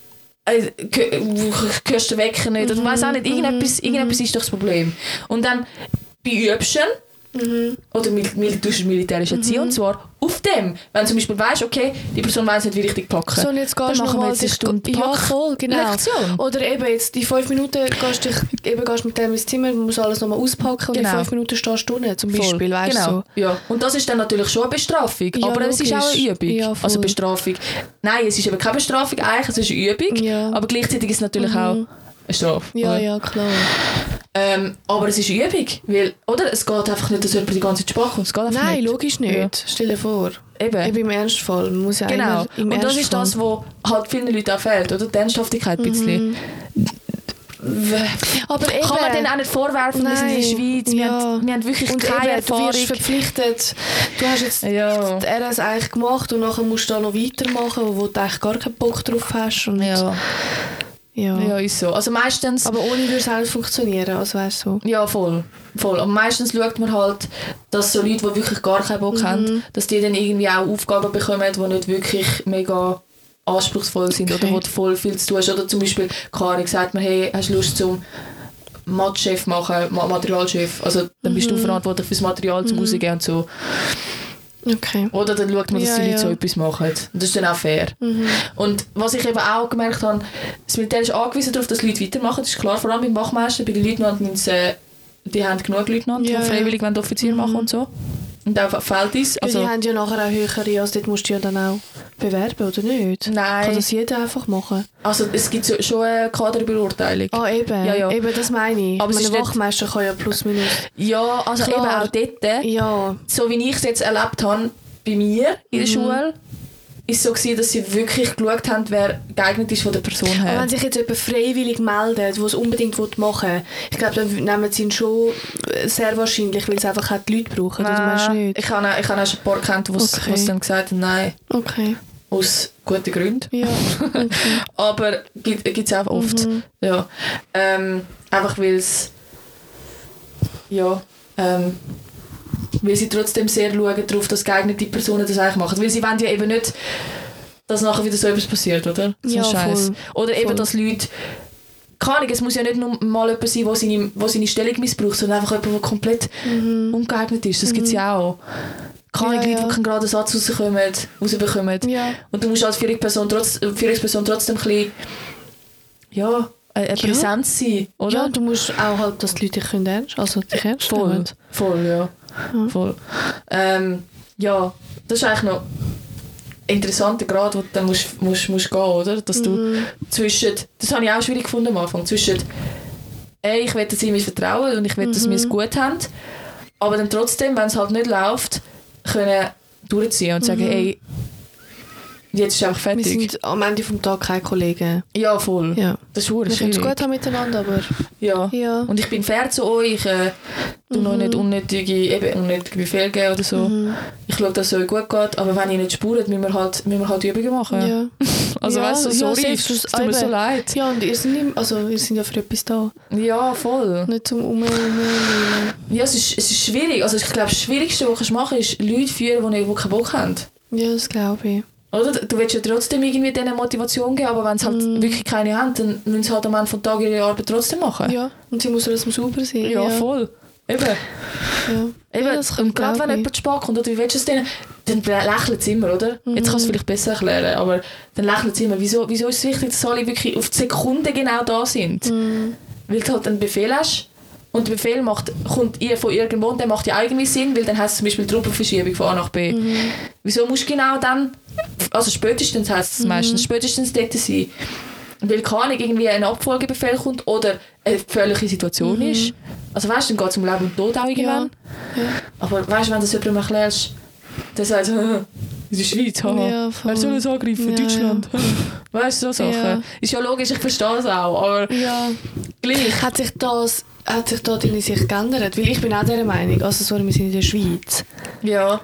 Hörst du den Wecker nicht? Oder weiss auch nicht, irgendetwas ist doch das Problem. Und dann bei Übchen oder du hast militärisch erziehen, und zwar auf dem. Wenn du zum Beispiel weisst, okay, die Person weiss nicht, wie richtig packen. So, und jetzt dann gehst du machen wir nochmal jetzt eine Stunde Ja, voll, genau. Lektion. Oder eben jetzt die 5 Minuten gehst mit dem ins Zimmer, musst alles nochmal auspacken und in Genau. 5 Minuten stehst du unten, zum Beispiel, weißt du genau. so. Ja. Und das ist dann natürlich schon eine Bestrafung, Ja, aber es ist auch eine logisch. Übung. Ja, voll. Also Bestrafung. Nein, es ist eben keine Bestrafung, eigentlich, es ist eine Übung, Ja. aber gleichzeitig ist es natürlich auch eine Strafe. Ja, oder? ja, klar. Aber es ist eine Übung, weil, oder? Es geht einfach nicht, dass jemand die ganze Zeit Sprache kommt. Es geht einfach Nein, nicht. logisch nicht. Ja. Stell dir vor. Eben. Im Ernstfall. Man muss ja Genau. immer im Und das ist Ernstfall. das, was halt vielen Leuten auch fehlt, oder? Die Ernsthaftigkeit ein bisschen. Aber eben, Kann man denen auch nicht vorwerfen, wir sind in der Schweiz, wir haben wirklich und keine eben, Erfahrung. du wirst verpflichtet. Du hast jetzt Ja. die RS eigentlich gemacht und nachher musst du da noch weitermachen, wo du eigentlich gar keinen Bock drauf hast. Und Ja, ist so. Also meistens... Aber ohne würde es auch nicht funktionieren, also weißt du. Ja, voll. Aber meistens schaut man halt, dass so Leute, die wirklich gar keinen Bock haben, dass die dann irgendwie auch Aufgaben bekommen, die nicht wirklich mega anspruchsvoll sind oder wo du voll viel zu tun hast. Oder zum Beispiel, Karin sagt mir, hey, hast du Lust zum Matchchef machen, Materialchef? Also dann bist du verantwortlich für das Material zum Rausgehen und so. Okay. Oder dann schaut man, dass Ja, die Leute ja. so etwas machen. Und das ist dann auch fair. Und was ich eben auch gemerkt habe, das Militär ist angewiesen darauf, dass Leute weitermachen. Das ist klar, vor allem beim Wachmeister, bei den Leutnanten, die haben genug Leutnanten, Ja, die freiwillig Offizier machen und so. Und auch Feldis. Also, die Also, haben ja nachher auch höhere, also dort musst du ja dann auch bewerben, oder nicht? Nein. Kann das jeder einfach machen? also es gibt schon eine Kaderbeurteilung. Ah, eben. Ja, ja. Eben, das meine ich. Aber es Mein ist nicht- Wachmeister kann ja plus minus. Ja, also Klar. eben auch dort, Ja. so wie ich es jetzt erlebt habe, bei mir in der Schule, ist es so gewesen, dass sie wirklich geschaut haben, wer geeignet ist von der Person Aber her. wenn sich jetzt jemand freiwillig meldet, der es unbedingt machen will, ich glaube, dann nehmen sie ihn schon sehr wahrscheinlich, weil sie einfach auch die Leute brauchen. Oder meinst du nicht? Ich habe auch schon ein paar gekannt, die Okay. dann gesagt haben, nein, Okay. aus guten Gründen. Ja. Okay. Aber gibt es auch oft. Ja. Einfach weil es weil sie trotzdem sehr schauen darauf, dass geeignete Personen das eigentlich machen. Weil sie wollen ja eben nicht, dass nachher wieder so etwas passiert, oder? So Ja, ein Scheiß. voll. Oder eben, Voll. dass Leute... Keine Ahnung, es muss ja nicht nur mal jemand sein, der seine Stellung missbraucht, sondern einfach jemand, der komplett ungeeignet ist. Das gibt es ja auch. Keine Ahnung, Ja, Leute, ja. die keinen geraden Satz rausbekommen. Ja. Und du musst als Führungsperson trotzdem ein bisschen... Ja, eine Präsenz sein, oder? Ja, du musst auch halt, dass die Leute dich ernst Voll, nehmen. voll, ja. Voll. Ja, das ist eigentlich noch ein interessanter Grad, wo du dann musst gehen, oder? Dass du zwischen, das habe ich auch schwierig gefunden am Anfang, zwischen ich will, dass sie mir vertrauen und ich will, dass wir es gut haben, aber dann trotzdem, wenn es halt nicht läuft, können durchziehen und sagen, hey, jetzt ist einfach Wir fertig. sind am Ende vom Tag keine Kollegen. Ja, voll. Ja. Das ist verdammt Wir können es schwierig. gut haben miteinander, aber... Ja. Ja. Und ich bin fair zu euch, ich tue noch nicht unnötige Befehle geben oder so. Ich schaue, dass es euch gut geht, aber wenn ihr nicht spürt, müssen wir halt Übungen machen. Ja. Also Ja, weißt du, sorry, selbst es tut mir so leid. Ja, und ihr seid ja für etwas da. Ja, voll. Nicht zum Ja, es ist schwierig. Also ich glaube, das Schwierigste, was du machen kannst, ist Leute führen, die keinen Bock haben. Ja, das glaube ich. Oder? Du willst ja trotzdem irgendwie denen Motivation geben, aber wenn sie halt wirklich keine haben, dann müssen sie halt am Ende des Tages ihre Arbeit trotzdem machen. Ja, und sie muss trotzdem sauber sein. Ja, voll. Eben. Ja. Eben. Ja, das Und gerade wenn ich. jemand zu spät kommt, oder wie willst du es denen, dann lächeln sie immer, oder? Jetzt kann ich es vielleicht besser erklären, aber dann lächeln sie immer. Wieso ist es wichtig, dass alle wirklich auf die Sekunde genau da sind? Weil du halt einen Befehl hast und der Befehl kommt von irgendwo und der macht ja irgendwie Sinn, weil dann heißt es zum Beispiel Truppenverschiebung von A nach B. Wieso musst du genau dann, also spätestens heisst es meistens, spätestens dort sein? Weil keine Ahnung, irgendwie ein Abfolgebefehl kommt oder eine gefährliche Situation ist. Also weißt du, dann geht es um Leben und Tod auch irgendwann. Ja. Aber weißt du, wenn du das jemandem erklärst, der sagt, in der Schweiz, haha. Ja, Wer soll das angreifen? Ja, Deutschland. Weißt du, so Sachen. Ja. Ist ja logisch, ich verstehe es auch, aber Ja. gleich. Hat sich da deine Sicht geändert? Weil ich bin auch dieser Meinung. Also sorry, wir sind in der Schweiz. Ja.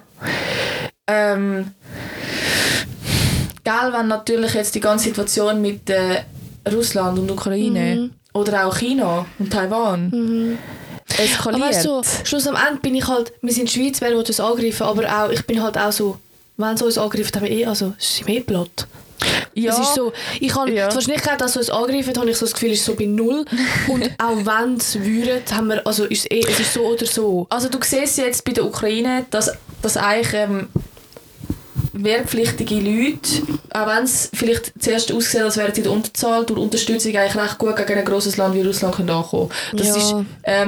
Gell, wenn natürlich jetzt die ganze Situation mit Russland und Ukraine oder auch China und Taiwan eskaliert. Aber weißt du, Schluss am Ende bin ich halt, wir sind in der Schweiz, wer will uns angreifen, aber auch, ich bin halt auch so, wenn sie uns angreifen, haben wir also es ist mehr platt. ja. Es ist so, ich habe die Wahrscheinlichkeit, dass sie uns angreifen, habe ich so das Gefühl, ist so bei 0. Und auch wenn sie würden, haben wir, also ist es ist so oder so. Also du siehst jetzt bei der Ukraine, dass eigentlich wehrpflichtige Leute, auch wenn es vielleicht zuerst aussieht, als wären sie in der Unterzahl, durch Unterstützung eigentlich recht gut gegen ein grosses Land wie Russland können ankommen. Das Ja. ist,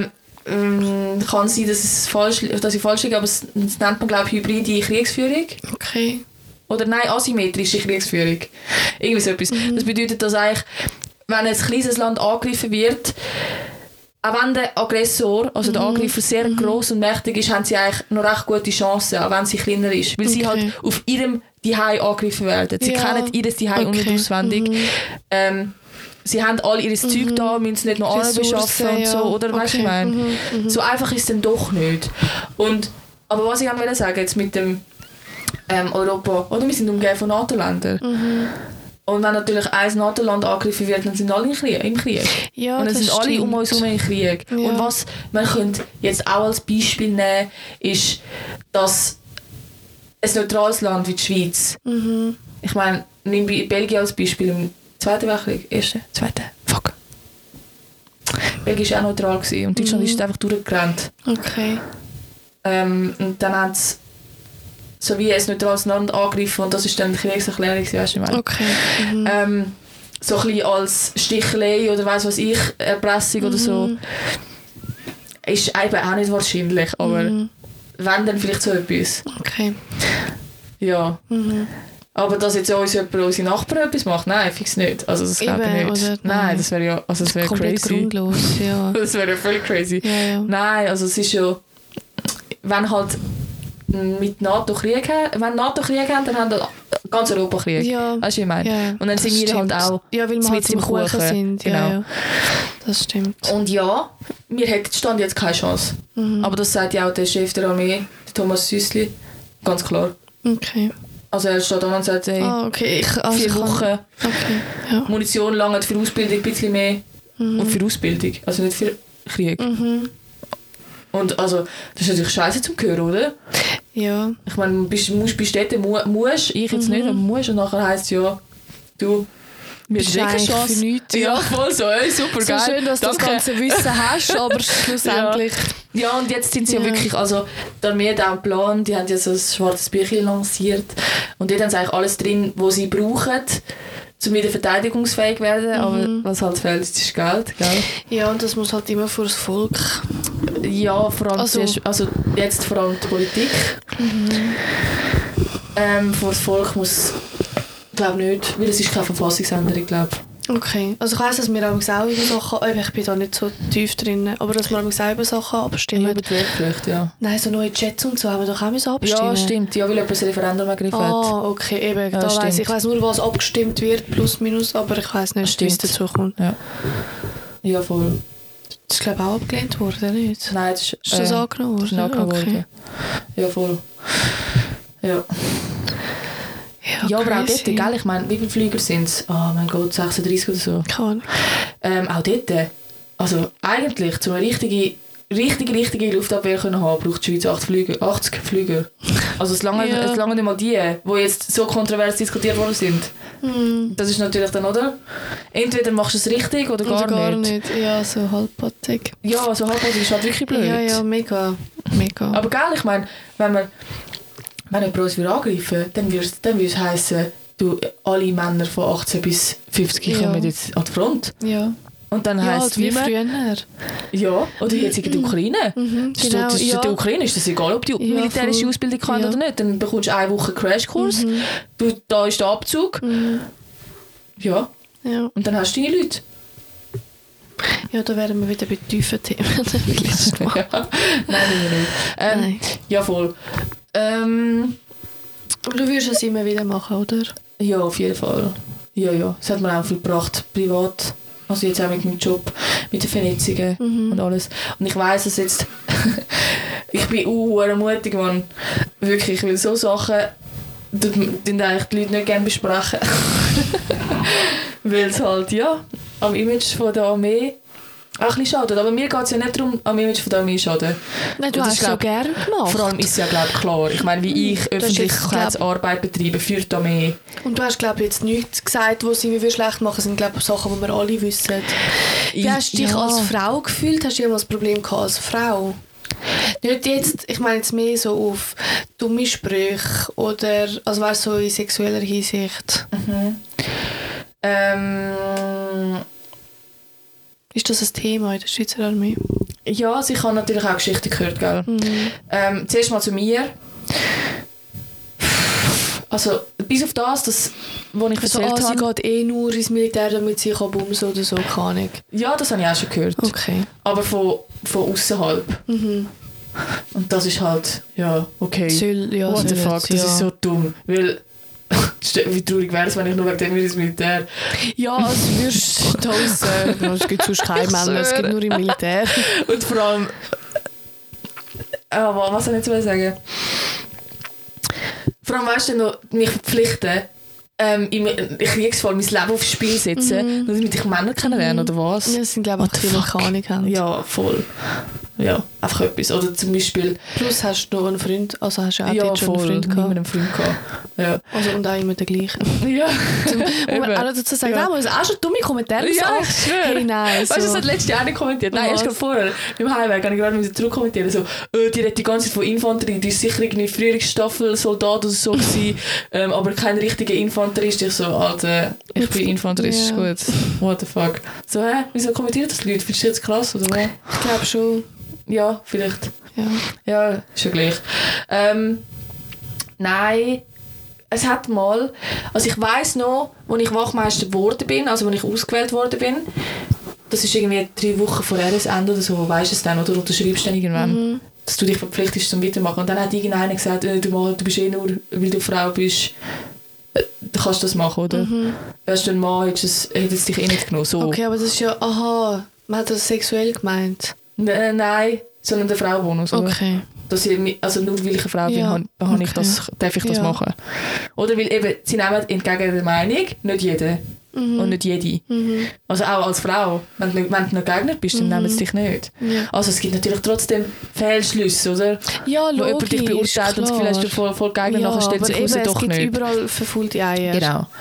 kann sein, dass ich falsch liege, aber es nennt man, glaube ich, hybride Kriegsführung. Okay. Oder nein, asymmetrische Kriegsführung. Irgendwie so etwas. Das bedeutet, dass eigentlich, wenn ein kleines Land angegriffen wird, auch wenn der Aggressor, also der Angreifer, sehr gross und mächtig ist, haben sie eigentlich noch recht gute Chancen, auch wenn sie kleiner ist. Weil sie halt auf ihrem Zuhause angegriffen werden. Sie kennen ihr Zuhause und auswendig. Sie haben all ihr Zeug da, müssen es nicht noch beschaffen und so. Oder weißt du, ich meine? So einfach ist es dann doch nicht. Aber was ich auch wollte sagen, jetzt mit dem Europa, oder wir sind umgeben von NATO-Ländern. Und wenn natürlich ein NATO-Land angegriffen wird, dann sind alle im Krieg. Ja, und dann sind alle um uns herum im Krieg. Ja. Und was man könnte jetzt auch als Beispiel nehmen, ist, dass ein neutrales Land wie die Schweiz, ich meine, nimm Belgien als Beispiel im Zweiten Weltkrieg, fuck. Belgien war auch neutral gewesen, und Deutschland ist einfach durchgerannt. Okay. Und dann haben sie so wie ein neutrales Land angegriffen und das ist dann die Kriegserklärung, weißt du, ich meine. Okay. So ein bisschen als Stichelei oder weiss was ich, Erpressung oder so, ist eben auch nicht wahrscheinlich, aber wenn, dann vielleicht so etwas. Okay. Ja. Aber dass jetzt uns unsere Nachbarn etwas macht, nein, fix nicht. Also das glaube ich nicht. Oder, nein, das wäre ja, also das wäre komplett crazy. grundlos, ja. Das wäre ja völlig crazy. Ja. Nein, also es ist ja, wenn halt mit NATO Krieg haben, wenn NATO Krieg haben, dann haben ganz Europa Krieg. Ja. Weißt du, wie ich meine? Ja, und dann sind wir halt auch ja, weil wir halt mit im im Kuchen Kuchen sind. Genau. Ja. Das stimmt. Und ja, wir hätten Stand jetzt keine Chance. Aber das sagt ja auch der Chef der Armee, der Thomas Süssli, ganz klar. Okay. Also er steht da und sagt, hey, okay. 4 Wochen, Okay. Ja. Munition langt für Ausbildung ein bisschen mehr. Und für Ausbildung, also nicht für Krieg. Und also, das ist natürlich scheiße zum Hören, oder? Ja. Ich meine, du musst bei Städten, musst, ich jetzt nicht, aber musst, und nachher heisst es ja, du, wir haben keine eigentlich Chance. für nichts, ja, voll so, ey, super So geil. schön, dass du das Danke. ganze Wissen hast, aber schlussendlich... Ja, und jetzt sind sie ja wirklich, also die Armee hat auch einen Plan, die haben ja so ein schwarzes Büchlein lanciert und dort haben sie eigentlich alles drin, was sie brauchen, um wieder verteidigungsfähig zu werden, aber was halt fehlt, ist Geld, gell? Ja, und das muss halt immer vor das Volk. Ja, vor allem Also jetzt vor allem die Politik. Vor das Volk muss, glaube nicht, weil es ist keine Verfassungsänderung, glaube ich. Okay. Also ich weiss, dass wir auch über Sachen, ich bin da nicht so tief drin, aber dass wir auch über Sachen abstimmen. Über die Wehrpflicht, ja. Nein, so neue Chats und so haben wir doch auch abstimmen. Ja, stimmt. Ja, weil jemand ein Referendum ergriffen hat. Ah, okay, eben. Ja, Da weiss stimmt. ich weiss nur, was abgestimmt wird, plus minus, aber ich weiss nicht, wie es Stimmt. dazu kommt. Ja, voll. Das ist, glaube ich, auch abgelehnt worden, nicht? Nein, das ist das angenommen worden? angenommen Okay. worden. Ja, voll. Ja. Ja, aber auch dort, crazy. gell? Ich meine, wie viele Flüger sind es? Oh mein Gott, 36 oder so. Keine Ahnung. Auch dort, also eigentlich, um eine richtige Luftabwehr können haben, braucht die Schweiz 80 Flüger. Also es lange nicht mal die jetzt so kontrovers diskutiert worden sind. Das ist natürlich dann, oder? Entweder machst du es richtig oder gar nicht. Ja, so halbpatzig. Ja, so halbpatzig ist halt wirklich blöd. Ja, mega. Aber gell, ich meine, wenn jemand uns angreifen, dann würde es heissen, du, alle Männer von 18 bis 50 kommen jetzt an die Front. Ja. Und dann heisst wie es früher. Ja, oder jetzt in der Ukraine. Genau, Das ist der Ukraine ist das egal, ob die militärische Ausbildung kann oder nicht. Dann bekommst du 1 Woche Crashkurs, da ist der Abzug. Ja, und dann hast du deine Leute. Ja, da wären wir wieder bei tiefen Themen. Ja. Nein, nicht. Nein. Ja, voll. Aber du würdest es immer wieder machen, oder? Ja, auf jeden Fall. Ja. Es hat mir auch viel gebracht, privat. Also jetzt auch mit meinem Job, mit den Vernetzungen und alles. Und ich weiss es jetzt, ich bin mutig, Mann. Wirklich, weil so Sachen die eigentlich die Leute nicht gerne besprechen. Weil es halt, am Image von der Armee auch ein bisschen schadet. Aber mir geht es ja nicht darum, am Image von der Armee schaden. Nein, du hast es so gerne gemacht. Vor allem ist es ja, glaube ich, klar. Ich meine, wie ich Öffentlichkeitsarbeit betreibe für die Armee. Und du hast, glaube ich, jetzt nichts gesagt, was sie schlecht machen. Das sind, glaube ich, Sachen, die wir alle wissen. Wie hast du dich als Frau gefühlt? Hast du jemals ein Problem gehabt als Frau? Nicht jetzt, ich meine jetzt mehr so auf dumme Sprüche oder, also weißt du, so in sexueller Hinsicht. Ist das ein Thema in der Schweizer Armee? Ja, also ich habe natürlich auch Geschichten gehört, gell? Zuerst mal zu mir. Also, bis auf das was ich erzählt habe. Sie geht nur ins Militär, damit sie bumsen oder so, keine Ahnung. Ja, das habe ich auch schon gehört. Okay. Aber von außerhalb. Und das ist halt, okay. What the fuck, das ist so dumm. Weil, wie traurig wäre es, wenn ich nur wegen dem ins Militär... Ja, also würdest du draussen. Es gibt sonst keine Männer, es gibt nur im Militär. Und vor allem... was soll ich jetzt sagen? Vor allem, weißt du, noch mich verpflichten, im Kriegsfall mein Leben aufs Spiel setzen, nur damit ich Männer kennenlernen, oder was? Ja, das sind, glaube ich, die Mechanik haben. Ja, voll. Ja, einfach etwas. Oder zum Beispiel... Plus hast du noch einen Freund, also hast du auch dort schon einen Freund gehabt? Einen Freund gehabt. Ja. Also, und auch immer den gleichen. Ja. Wo man auch dazu sagen, da muss auch schon dumme Kommentare sagen. Ich schwöre. Hey, nein. Weißt du, das hat letztes Jahr nicht kommentiert. Nein, erst gerade vorher. Beim Heimweg habe ich gerade zurückkommentieren. So, die redet die ganze Zeit von Infanterie. Die ist sicher irgendwie Frühlingsstaffel-Soldat oder so gewesen, aber kein richtiger Infanterist. Ich so, Alter, ich bin Infanterist, ist gut. What the fuck. So, wieso kommentiert das Leute? Findest du jetzt krass, oder was? Ich glaube schon. Ja, vielleicht. Ja, ist ja gleich. Nein, es hat mal, also ich weiss noch, als ich Wachmeister geworden bin, also als ich ausgewählt worden bin, das ist irgendwie 3 Wochen vor Jahresende oder so, weisst du es dann, oder unterschreibst du dann irgendwann, dass du dich verpflichtest zum Weitermachen. Und dann hat irgendeiner gesagt, du bist eh nur, weil du Frau bist, du kannst das machen, oder? Wärst du ein Mann, hättest es dich eh nicht genommen. So. Okay, aber das ist ja, man hat das sexuell gemeint. Nein, sondern der Frauenbonus. Okay. Dass ich, also nur weil ich eine Frau bin, darf ich das machen. Oder weil eben, sie nehmen entgegen der Meinung, nicht jeder und nicht jede. Also auch als Frau, wenn du nicht geeignet bist, dann nehmen sie dich nicht. Ja. Also es gibt natürlich trotzdem Fehlschlüsse, oder? Ja, logisch, wo jemand dich beurteilt und das Gefühl hast, du voll geeignet, nachher stellt sich raus, doch nicht. Es gibt überall verfaulte Eier.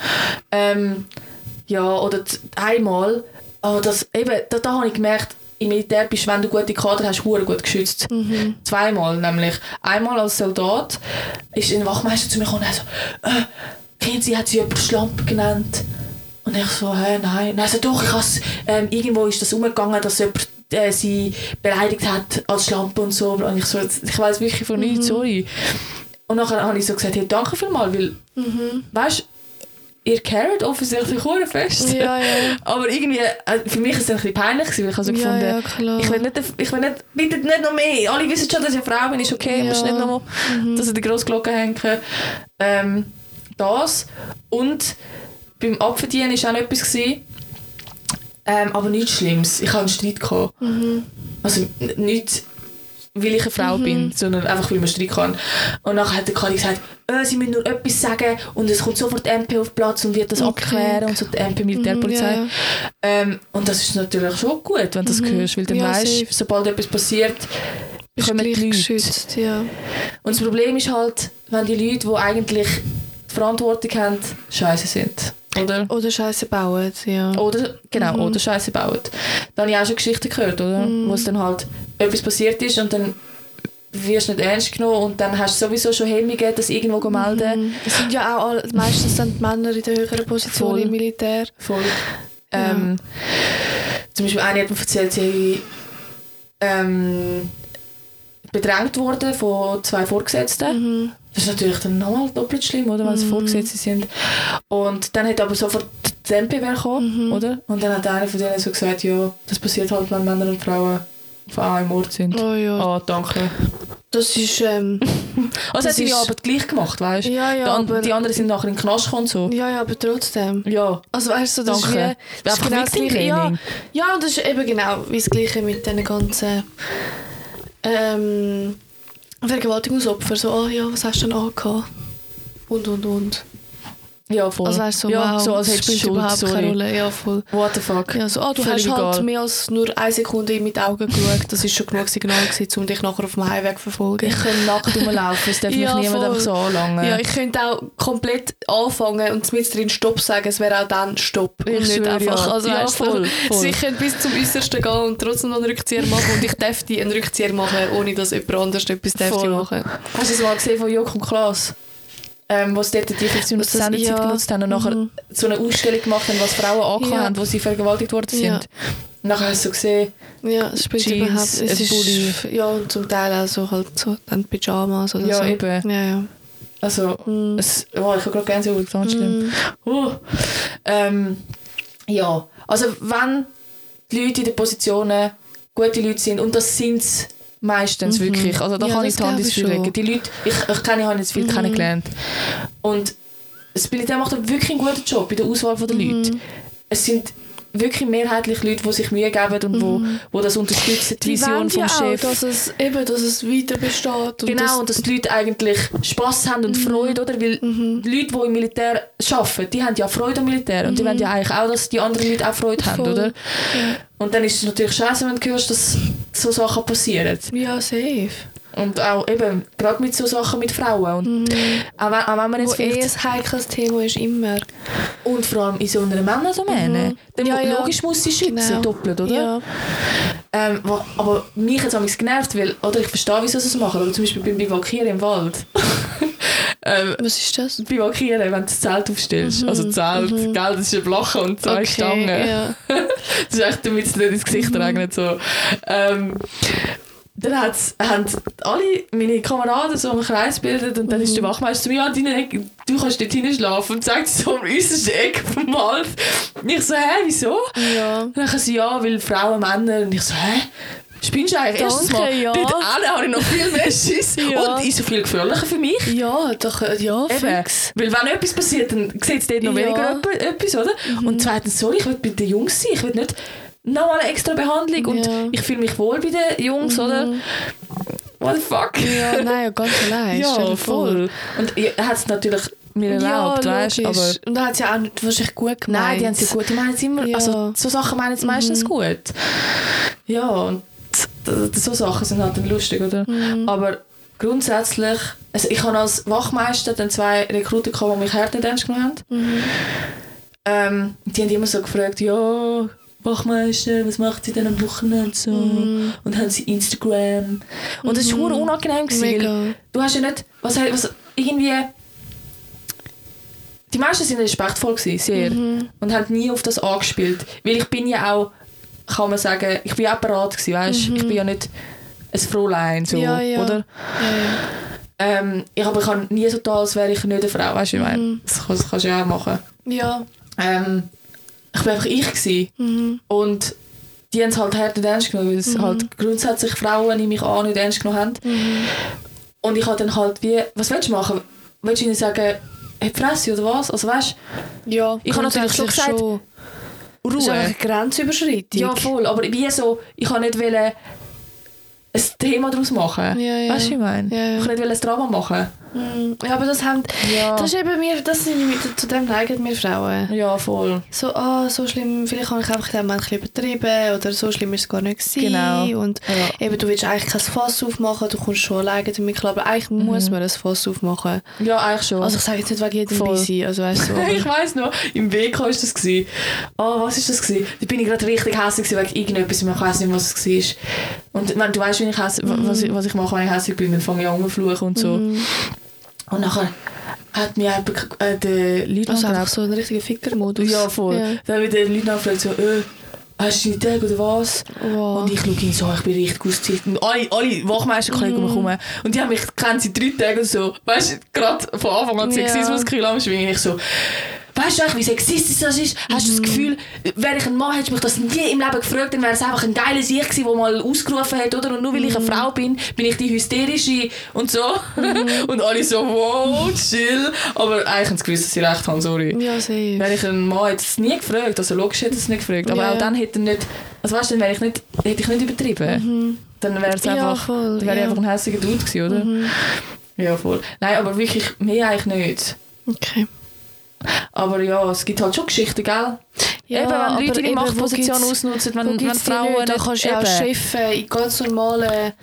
Genau. Oder einmal, da habe ich gemerkt, im Militär bist, wenn du gute Kader hast, hure gut geschützt. 2-mal nämlich. Einmal als Soldat ist ein Wachmeister zu mir gekommen und so, kennen Sie, hat sie jemand Schlampe genannt? Und ich so, nein. Also doch, irgendwo ist das umgegangen, dass jemand sie beleidigt hat als Schlampe und so. Und ich so, ich weiss wirklich von nichts, sorry. Und nachher habe ich so gesagt, hey, danke vielmals, weil, weißt, ihr caret offensichtlich sehr fest. Ja. Aber irgendwie, für mich war es ein bisschen peinlich, weil ich habe so gefunden, ich will nicht, bitte nicht noch mehr. Alle wissen schon, dass ich eine Frau bin, ist okay, musst nicht noch dass ich die grosse Glocke hängen. Das. Und beim Abverdienen war auch noch etwas gewesen, aber nichts Schlimmes. Ich hatte einen Streit gehabt. Also nichts weil ich eine Frau bin, sondern einfach, weil man streiten kann. Und nachher hat der Kali gesagt, sie müssen nur etwas sagen und es kommt sofort die MP auf Platz und wird das abklären und so die MP, Militärpolizei. Und das ist natürlich schon gut, wenn du das hörst, weil dann weisst, sobald etwas passiert, kommen die Leute. Geschützt, ja. Und das Problem ist halt, wenn die Leute, die eigentlich die Verantwortung haben, scheiße sind. Oder Scheiße bauen, ja. Oder Scheiße bauen. Da habe ich auch schon Geschichten gehört, oder? Wo es dann halt etwas passiert ist und dann wirst du nicht ernst genommen und dann hast du sowieso schon Hemmungen, das irgendwo zu melden. Das sind ja auch meistens dann die Männer in der höheren Position im Militär. Voll. Zum Beispiel eine hat mir erzählt, sie bedrängt worden von 2 Vorgesetzten. Das ist natürlich dann nochmal doppelt schlimm, oder, wenn es Vorgesetzte sind. Und dann hat aber sofort die MP gekommen, oder? Und dann hat einer von denen so gesagt, ja, das passiert halt, wenn Männer und Frauen von einem Ort sind. Oh ja. Danke. Das ist... also hat sie aber gleich gemacht, weißt du? Ja, aber... Die anderen sind nachher in den Knast gekommen und so. Ja, aber trotzdem. Ja. Also weißt du, das danke. ist wie... Das ist genau das Gleiche. Ja, und das ist eben genau wie das Gleiche mit diesen ganzen... Vergewaltigungsopfer, so, ja, was hast du denn angehabt? Und. Ja, voll. Also weißt du, ja, wow, so als das hättest du spielt überhaupt keine Rolle. Ja, voll. What the fuck? Ja, so, du völlig hast halt egal. mehr als nur 1 Sekunde mit den Augen geschaut. Das war schon genug Signal gewesen, um dich nachher auf dem Heimweg zu verfolgen. Ich könnte nackt rumlaufen, es darf mich niemand voll. einfach so anlangen. Ja, ich könnte auch komplett anfangen und mit drin Stopp sagen, es wäre auch dann Stopp. Und nicht schwöre, einfach, ja. also Ja, weißt du, voll. also ich könnte bis zum Äußersten gehen und trotzdem noch einen Rückzieher machen und ich dürfte einen Rückzieher machen, ohne dass jemand anderes etwas dürfte machen. Hast du es mal gesehen von Joko und Klaas? Wo sie dort die 15 Minuten Sendezeit genutzt haben und nachher so eine Ausstellung gemacht haben, was Frauen angehabt haben, wo sie vergewaltigt worden sind. Und nachher hast du so gesehen, es spielt Jeans, überhaupt... Es ist, ja, und zum Teil auch so halt so dann Pyjamas oder so. Ja, eben. Ja. Also, ich habe gerade Gänsehaut, ganz schlimm. Ja, also wenn die Leute in den Positionen gute Leute sind, und das sind es meistens wirklich, also da kann ich die Hand ins Feuer legen. Die Leute, ich habe jetzt viel kennengelernt. Und das Militär macht wirklich einen guten Job bei der Auswahl der Leute. Es sind wirklich mehrheitlich Leute, die sich Mühe geben und wo das unterstützen, die Vision vom Chef. Auch, dass es weiter besteht. Und genau, und dass die Leute eigentlich Spass haben und Freude, oder? Weil die Leute, die im Militär arbeiten, die haben ja Freude am Militär und die wollen ja eigentlich auch, dass die anderen Leute auch Freude haben, oder? Ja. Und dann ist es natürlich scheiße, wenn du hörst, dass so Sachen passieren. Ja, safe. Und auch eben, gerade mit so Sachen mit Frauen. Und auch wenn man jetzt ein heikles Thema ist, immer. Und vor allem in so einer Männerdomäne. Dann logisch muss sie schützen, doppelt, oder? Ja. Aber mich hat es genervt, weil, oder ich verstehe, wieso sie es machen. Oder zum Beispiel beim Bivakieren im Wald. Was ist das? Bivakieren, wenn du das Zelt aufstellst. Also Zelt, gell, das ist ein Blache und 2 Stangen. Ja. Das ist echt, damit es nicht ins Gesicht regnet. So. Dann haben alle meine Kameraden so einen Kreis gebildet und dann ist der Wachmeister zu mir, du kannst dort hinschlafen, und sagt so am äußersten Ecke vom Wald. Und ich so, wieso? Ja. Und dann sie, weil Frauen, Männer. Und ich so, spinnst du eigentlich? Erstens mal, ja. dort habe ich noch viel mehr Schiss und ist so viel gefährlicher für mich. Ja, doch, ja, fix. Weil wenn etwas passiert, dann sieht es dort noch weniger etwas, oder? Und zweitens, sorry, ich will bei den Jungs sein, ich will nicht nochmal eine extra Behandlung und ich fühle mich wohl bei den Jungs, oder? What the fuck? Ja, nein, ganz allein. Ja, voll. Und er hat es natürlich mir erlaubt, weißt du, aber... Und er hat es ja auch nicht wahrscheinlich gut gemeint. Nein, die haben es ja gut, die meinen es immer, also so Sachen meinen es meistens gut. Ja, und so Sachen sind halt dann lustig, oder? Aber grundsätzlich, also ich habe als Wachmeister dann 2 Rekruten gehabt, die mich hart nicht ernst genommen haben. Die haben immer so gefragt, ja... Wachmeister, was macht sie denn am Wochenende so? Und haben sie Instagram. Und das war unangenehm gewesen. Du hast ja nicht, was irgendwie... Die meisten waren respektvoll gewesen, sehr. Und haben nie auf das angespielt. Weil ich bin ja auch, kann man sagen, ich bin auch bereit gewesen, weißt? Ich bin ja nicht ein Fräulein, so, oder? Ja. Ich kann nie so tun, als wäre ich nicht eine Frau, weißt du, ich meine, das kannst du ja auch machen. Ja. Ich war einfach ich gewesen. Und die haben es halt hart nicht ernst genommen, weil es halt grundsätzlich Frauen, die mich auch nicht ernst genommen haben. Und ich habe dann halt wie, was willst du machen? Willst du ihnen sagen, hey, Fresse oder was? Also weißt ja, ich habe natürlich schon gesagt, Ruhe. Das ist eine Grenzüberschreitung. Ja, voll, aber wie so, ich habe nicht wollen, ein Thema daraus machen. Ja. Weißt du, wie ich meine? Ja. Ich wollte nicht ein Drama machen. Ja, aber das ist eben zu dem neigen wir Frauen. Ja, voll. So, so schlimm, vielleicht habe ich einfach den Moment ein bisschen übertrieben oder so schlimm ist es gar nicht gewesen. Genau. Und eben, du willst eigentlich kein Fass aufmachen, du kommst schon alleine damit klar, aber eigentlich muss man ein Fass aufmachen. Ja, eigentlich schon. Also ich sage jetzt nicht wegen jedem Voll. Busy, also weißt du. Ich weiss noch, im WK war das. Was ist das? Da bin ich gerade richtig hässlich wegen irgendetwas, ich weiss nicht, was es war. Und wenn du weißt, wie ich was ich mache, wenn ich hässlich bin, dann fange ich an rumzufluchen und so. Und nachher hat mir der Leutnant... Also einfach so ein richtiger Ficker-Modus. Ja, voll. Ja. Dann hat der Leutnant gefragt, so, hast du deine Tage oder was? Wow. Und ich schaue ihn so, ich bin richtig ausgezeichnet. Und alle Wachmeisterkollegen um mich herum. Und die haben mich gekannt seit 3 Tagen so, weißt du, gerade von Anfang an Sexismus-Gefühl am Schwingen. Ich so, weißt du eigentlich, wie sexistisch das ist? Hast du das Gefühl, wäre ich ein Mann, hättest du mich das nie im Leben gefragt, dann wäre es einfach ein geiler Sieg gewesen, der mal ausgerufen hat, oder? Und nur weil ich eine Frau bin, bin ich die hysterische und so. Und alle so, wow, chill. Aber eigentlich haben sie gewusst, dass sie recht haben, sorry. Ja, safe. Wäre ich ein Mann, hätte es nie gefragt. Also logisch hätte es nicht gefragt. Aber auch dann hätte er nicht, also weißt du, dann hätte ich nicht übertrieben. Dann wäre es einfach, voll, dann wäre ich einfach ein hässiger Dude gewesen, oder? Ja, voll. Nein, aber wirklich, mehr eigentlich nicht. Okay. Aber ja, es gibt halt schon Geschichten, gell? Ja, eben, wenn Leute aber ihre Machtposition ausnutzen, wenn Frauen nicht, da kannst du ja auch Chefen in ganz normalen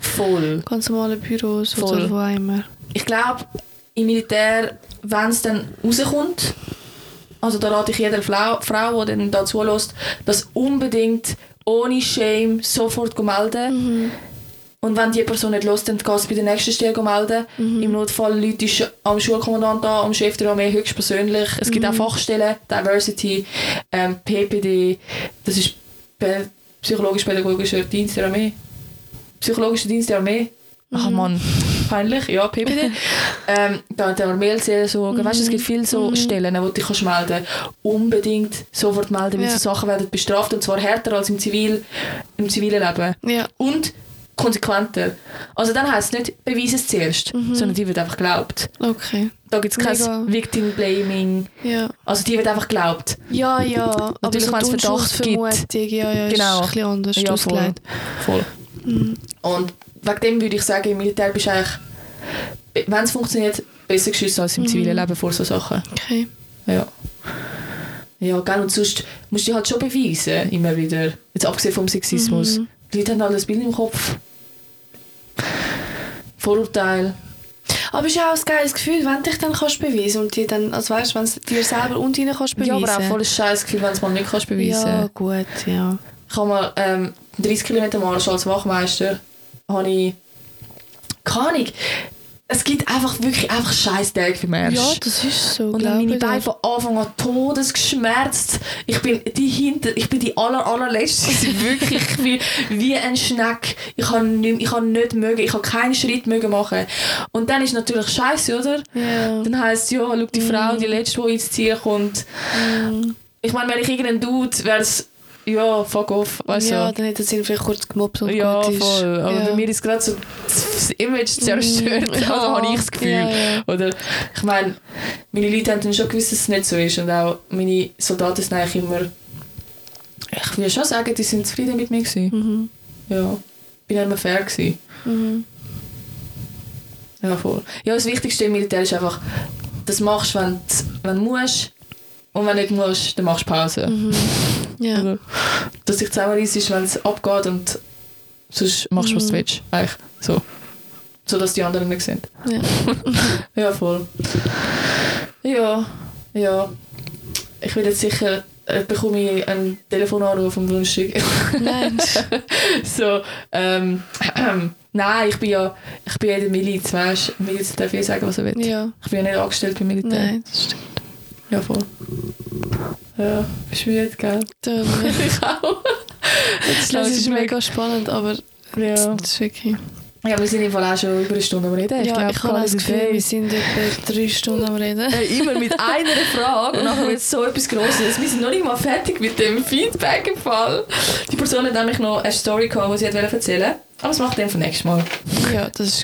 Büros Voll. oder wo auch immer. Ich glaube, im Militär, wenn es dann rauskommt, also da rate ich jeder Frau, die dann da zulässt, das unbedingt ohne Shame sofort melden. Und wenn die Person nicht hört, dann geht es bei der nächsten Stelle melden. Im Notfall Leute ist am Schulkommandant an, am Chef der Armee höchstpersönlich. Es gibt auch Fachstellen, Diversity, PPD, das ist psychologisch-pädagogischer Dienst der Armee. Psychologischer Dienst der Armee. Ach Mann, peinlich, ja, PPD. Da hat der Armeeseelsorge. Weißt du, es gibt viele so Stellen, wo du dich melden kannst. Unbedingt sofort melden, weil so Sachen werden bestraft, und zwar härter als im zivilen Leben. Ja. Und konsequenter. Also dann heisst es nicht, beweise es zuerst, sondern die wird einfach geglaubt. Okay. Da gibt es kein Victim-Blaming. Ja. Also die wird einfach geglaubt. Ja. Aber natürlich, so wenn es Verdacht gibt. Ja, genau. Ist ein bisschen anders Ja, ausgelegt. Voll. Und wegen dem würde ich sagen, im Militär bist du eigentlich, wenn es funktioniert, besser geschützt als im zivilen Leben vor so Sachen. Okay. Ja. Ja, gell, und sonst musst du dich halt schon beweisen, immer wieder. Jetzt abgesehen vom Sexismus. Die Leute haben halt das Bild im Kopf. Vorurteil. Aber es ist ja auch ein geiles Gefühl, wenn du dich dann kannst beweisen und die dann, also weißt, wenn du dir selber und ihnen kannst beweisen. Ja, aber auch voll ein scheiß Gefühl, wenn du es mal nicht kannst beweisen. Ja, gut, ja. Ich habe mal 30 Kilometer Marsch als Wachmeister. Habe ich... Keine Ahnung. Es gibt einfach wirklich scheiß Tage für Märsche. Ja, das ist so. Und dann meine Beine von Anfang an todesgeschmerzt. Ich bin die allerletzte. Wirklich, ich bin wie ein Schneck. Ich kann keinen Schritt machen. Und dann ist natürlich scheiße, oder? Ja. Dann heisst es, ja, schau die Frau, die letzte, die ins Ziel kommt. Ich meine, wenn ich irgendeinen Dude, wäre es, ja, fuck off. Weißt Ja, du? dann hätte es ihn vielleicht kurz gemobbt und Ja, gut ist. voll. Aber ja. bei mir ist gerade so das Image zerstört. Also habe ich das Gefühl. Ja. Oder, ich meine, meine Leute haben dann schon gewusst, dass es nicht so ist. Und auch meine Soldaten sind eigentlich immer... Ich will schon sagen, die sind zufrieden mit mir gewesen. Ja, ich war immer fair gewesen. Ja, voll. Ja, das Wichtigste im Militär ist einfach, das machst du, wenn du musst. Und wenn du nicht musst, dann machst du Pause. Ja. Oder, dass dich zusammenreissest, wenn es abgeht, und sonst machst du, was du willst. Eigentlich so. So, dass die anderen nicht sehen. Ja. Ja, voll. Ja. Ich will jetzt sicher, bekomme ich einen Telefonanruf am Donnerstag. Nein. So, nein, ich bin ja in der Miliz, weißt du. Miliz darf ich sagen, was er will. Ja. Ich bin ja nicht angestellt beim Militär. Nein, das stimmt. Ja, voll. Ja, bist du müde, gell? Ich auch. Das ist mega spannend, aber Ja. das ist wirklich... Ja, wir sind im Fall auch schon über eine Stunde am Reden. Ja, glaub, ich habe das Gefühl, wir sind etwa 3 Stunden am Reden. Immer mit einer Frage und nachher wird so etwas Grosses. Wir sind noch nicht mal fertig mit dem Feedback im Fall. Die Person hat nämlich noch eine Story gehabt, die sie erzählen wollte. Aber das macht dann für nächstes Mal. Ja, das ist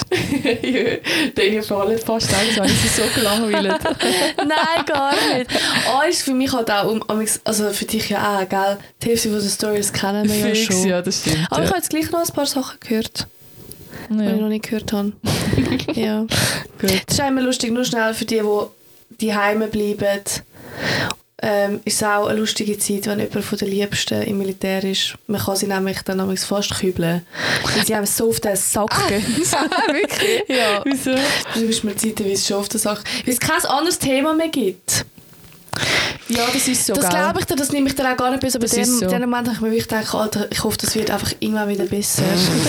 gut. Daniel verhalten fast sagen, weil ich so gelangweilt. Nein, gar nicht. Ist für mich halt auch, also für dich ja auch, gell? Die Hälfte von den Stories kennen wir ja schon. Ja, das stimmt. Aber ich habe jetzt gleich noch ein paar Sachen gehört, die ich noch nicht gehört habe. Ja. Gut. Das ist auch immer lustig, nur schnell für die Heime bleiben. Ist es auch eine lustige Zeit, wenn jemand von den Liebsten im Militär ist. Man kann sie nämlich dann fast kübeln. Weil sie haben so auf den Sack gehen. Wirklich? Ja. Wieso? Du bist mir zeitweise schon auf den Sack. Weil es kein anderes Thema mehr gibt. Ja, das ist so, Das gell? glaube ich dir, das nehme ich dir auch gar nicht böse. Aber in ist so. dem Moment habe ich mir wirklich gedacht, Alter, ich hoffe, das wird einfach irgendwann wieder besser.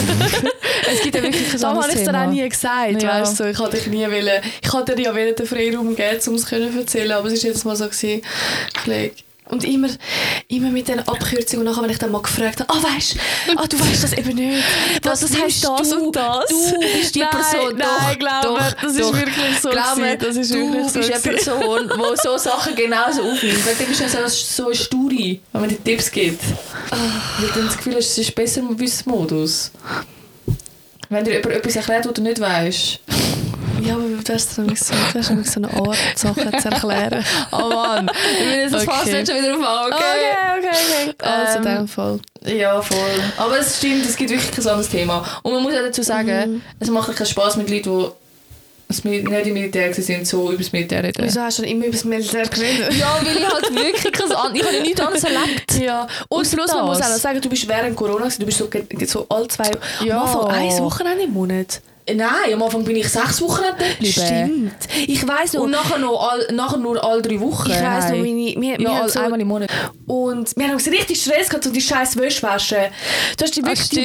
Es gibt ja wirklich ein Darum anderes habe ich es dir Thema. auch nie gesagt. Ja. Weißt du? Ich wollte dir ja den Freiraum geben, um es zu erzählen, aber es war jetzt mal so gewesen. Und immer mit diesen Abkürzungen. Und nachher, wenn ich dann mal gefragt habe, du weißt das eben nicht. Das heisst das und das. Du bist die Person. Nein, glaube das ist wirklich so. Das ist wirklich so. Du bist eine Person, die so Sachen genauso aufnimmt. Weil du bist ja so eine Sturi, wenn man dir Tipps gibt. Weil du das Gefühl hast, es ist besser im Wissensmodus. Wenn dir jemand etwas erklärt, was du nicht weißt. Ja, aber du hast nämlich so eine Art, Sachen zu erklären. Oh Mann, ich will jetzt das Fass nicht schon wieder aufmachen, okay? Also in dem Fall. Ja, voll. Aber es stimmt, es gibt wirklich kein anderes Thema. Und man muss auch dazu sagen, es macht keinen Spass mit Leuten, die nicht im Militär sind, so über das Militär reden. Wieso hast du dann immer über das Militär geredet? Ja, weil ich halt wirklich ich habe ja nichts anderes erlebt. Ja. Und plus, man muss auch noch sagen, du bist während Corona, du bist so alle 2 Ja. am Anfang 1 Wochenende im Monat. Nein, am Anfang bin ich 6 Wochen geblieben. Stimmt. Ich weiss noch. Und nachher nur alle 3 Wochen. Ich weiss noch, Ja, so, einmal im Monat. und wir haben uns richtig Stress gehabt, um die scheiß Wäsche waschen. Du hast die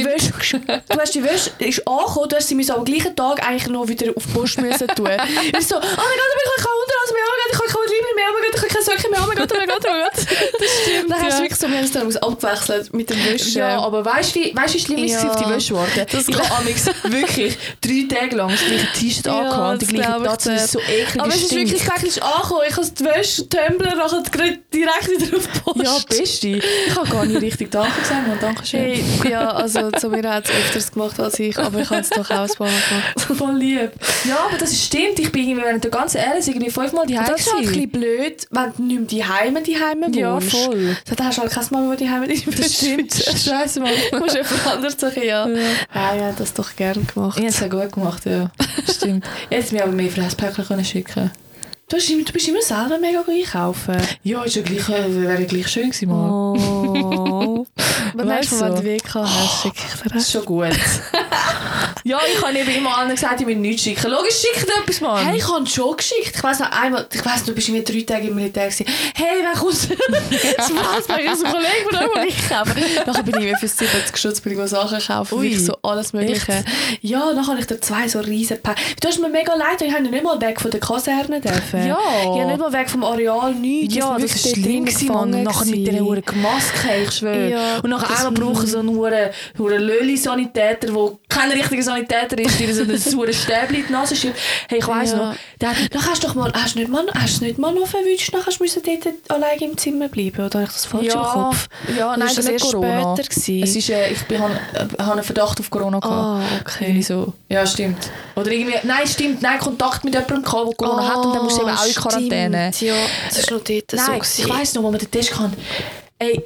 Wäsche ist angekommen, du hast sie am gleichen Tag eigentlich noch wieder auf die Post müssen tun. Ich so, oh mein Gott, ich habe keine Unterhose mehr, oh mein Gott, ich habe keine Liebe mehr, oh mein Gott, ich habe keine Socken mehr, oh mein Gott, oh mein Gott, oh mein Gott. Das stimmt. Dann hast du wirklich so, wir haben uns dann abgewechselt mit dem Wäsche. Ja, aber weißt du, wie schlimm ist es auf die Wäsche geworden? Ich habe amigs wirklich 3 Tage lang das gleiche T-Shirt angehabt und die gleiche Tatze, das ist so eklig. Aber es ist wirklich das Päckchen angekommen. Ich habe die Wäsche, Tumbler, nachher direkt wieder auf die Post. Ja, Beste. Ich habe gar nicht richtig Danke gesagt, man. Dankeschön. Hey, ja, also zu mir hat es öfters gemacht als ich, aber ich habe es doch auch ein paar Mal gemacht. Voll lieb. Ja, aber das stimmt. Ich bin irgendwie während der ganzen Erde irgendwie 5-mal daheim. Das ist halt ein bisschen blöd, wenn du nicht mehr daheim wohnst. Ja, voll. Dann hast du halt kein Mal mehr daheim bist. Das stimmt. Scheiße, Mann. Du musst jemand anderes suchen, ja. Ja, das doch gerne gemacht. Ich habe es ja gut gemacht, ja. Stimmt. Jetzt mir aber mehr Fresspäckchen schicken. Du bist immer selber mega einkaufen. Ja, ist ja gleich, wäre gleich schön gewesen, Mann. Oh. Wenn Weißt du mal du? den Weg hast, schicke ich dir Das ist schon gut. Ja, ich habe eben immer allen gesagt, ich will nichts schicken. Logisch, schick dir etwas, Mann. Hey, ich habe schon geschickt. Ich weiss noch einmal, du bist irgendwie 3 Tage im Militär gewesen. Hey, wer kommt das Fresspäckchen? Ich so, Kollege, von euch will ich kaufen. Nachher bin ich mir für 70 Schutz Sachen kaufen. Ui, wirklich so alles Mögliche. echt? Ja, dann habe ich da 2 so riesen Päckchen. Du hast mir mega leid, ich habe ja nicht mal weg von der Kaserne dürfen. Ja. Ich habe nicht mal weg vom Areal, nichts. Ja, das war schlimm gewesen, Mann. Und nachher mit dieser hohen Maske, ich schwöre. Ja, und nachher einmal brauchen so einen hohen Lölli-Sanitäter, der kein richtiger Sanitäter ist, der so ein saures Stäbchen in die Nase schiebt. Hey, ich weiss noch. Der hat Dann hast du nicht mal noch verwünscht, dann hast du dort alleine im Zimmer bleiben, oder habe ich das falsch im Kopf? Ja, Oder nein, ist das das ist erst Corona. später gewesen? Es ist, ich habe einen Verdacht auf Corona gehabt. Ah, okay. Irgendwie so. Ja, stimmt. Oder irgendwie, nein, stimmt, Kontakt mit jemandem gehabt, der Corona hat und dann musst du eben auch in Quarantäne. Stimmt, ja, das ist noch dort Nein, so. ich weiss noch, wo man den Test kann. Ey,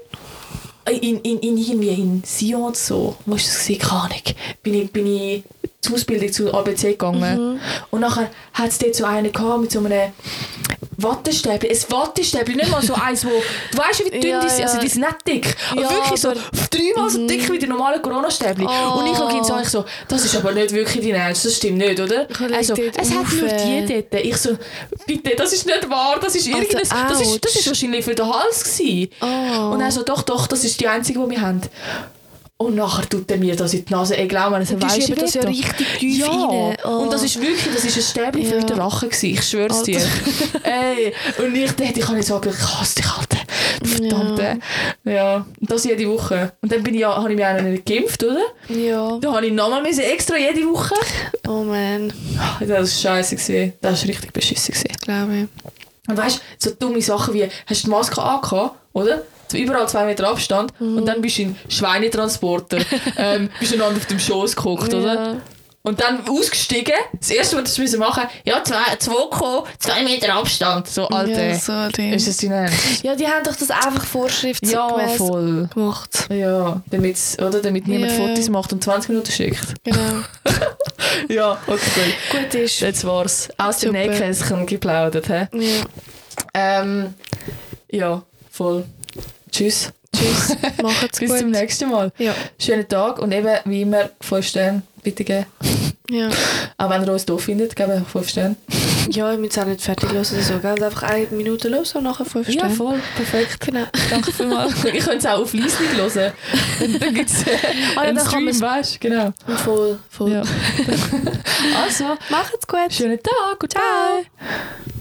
in Sion und so, wo war das gewesen? Keine Ahnung. Bin ich zur Ausbildung zu ABC gegangen. Und nachher hat es dort so einen gehabt mit so einem Wattestäbchen. Ein Wattestäbchen, nicht mal so eins, wo... Du weißt, wie dünn die sind. Also die sind nicht dick. Aber Ja, wirklich so aber 3-mal so dick wie die normalen Corona-Stäbchen. Und ich schaue ihn so, das ist aber nicht wirklich dein Ernst. Das stimmt nicht, oder? Also, es hat nur die dort. Ich so, bitte, das ist nicht wahr. Das ist irgendwas... Das ist wahrscheinlich für den Hals gewesen. Und er so, doch, das ist die einzige, die wir haben. Und nachher tut er mir das in die Nase. Ich glaube, es weißt du, das ja richtig tief rein. Oh. Und das ist wirklich, das ist ein Stäbchen für den Rachen gewesen. Ich schwör's dir. Ey, und ich kann nicht sagen, ich hasse dich, Alter. Verdammte. Ja. Das jede Woche. Und dann habe ich mich auch nicht geimpft, oder? Ja. Dann habe ich nochmal extra jede Woche. Oh man. Das war scheiße gewesen. Das war richtig beschissen gewesen. Glaube ich. Und weißt du, so dumme Sachen wie, hast du die Maske angehabt, oder? überall 2 Meter Abstand und dann bist du in Schweinetransporter, bist einander auf dem Schoß geguckt, oder? Und dann ausgestiegen, das erste, was du machen musst, ja, 2 Meter Abstand. So, Alter, Ja, so ist das dein Ernst? Ja, die haben doch das einfach vorschriftsgemäß Ja, voll. gemacht. Ja, damit niemand Ja. Fotos macht und 20 Minuten schickt. Genau. Ja, okay. Gut ist. Jetzt war's. Aus dem Super. Nähkästchen geplaudert. He? Ja. Ja, voll. Tschüss. Tschüss. Macht's Bis gut. zum nächsten Mal. Ja. Schönen Tag und eben, wie immer, 5 Sterne bitte geben. Ja. Auch wenn ihr uns doof findet, geben 5 Sterne. Ja, ich muss auch nicht fertig hören oder so. Gell? Einfach 1 Minute los und nachher 5 Sterne. Ja, voll. Perfekt. Genau. Danke vielmals. Ich könnte es auch auf Listening hören. Dann gibt es ja, einen dann kann Stream, man's- weißt du? Genau. Voll. Ja. Also, Macht's gut. schönen Tag. Goodbye.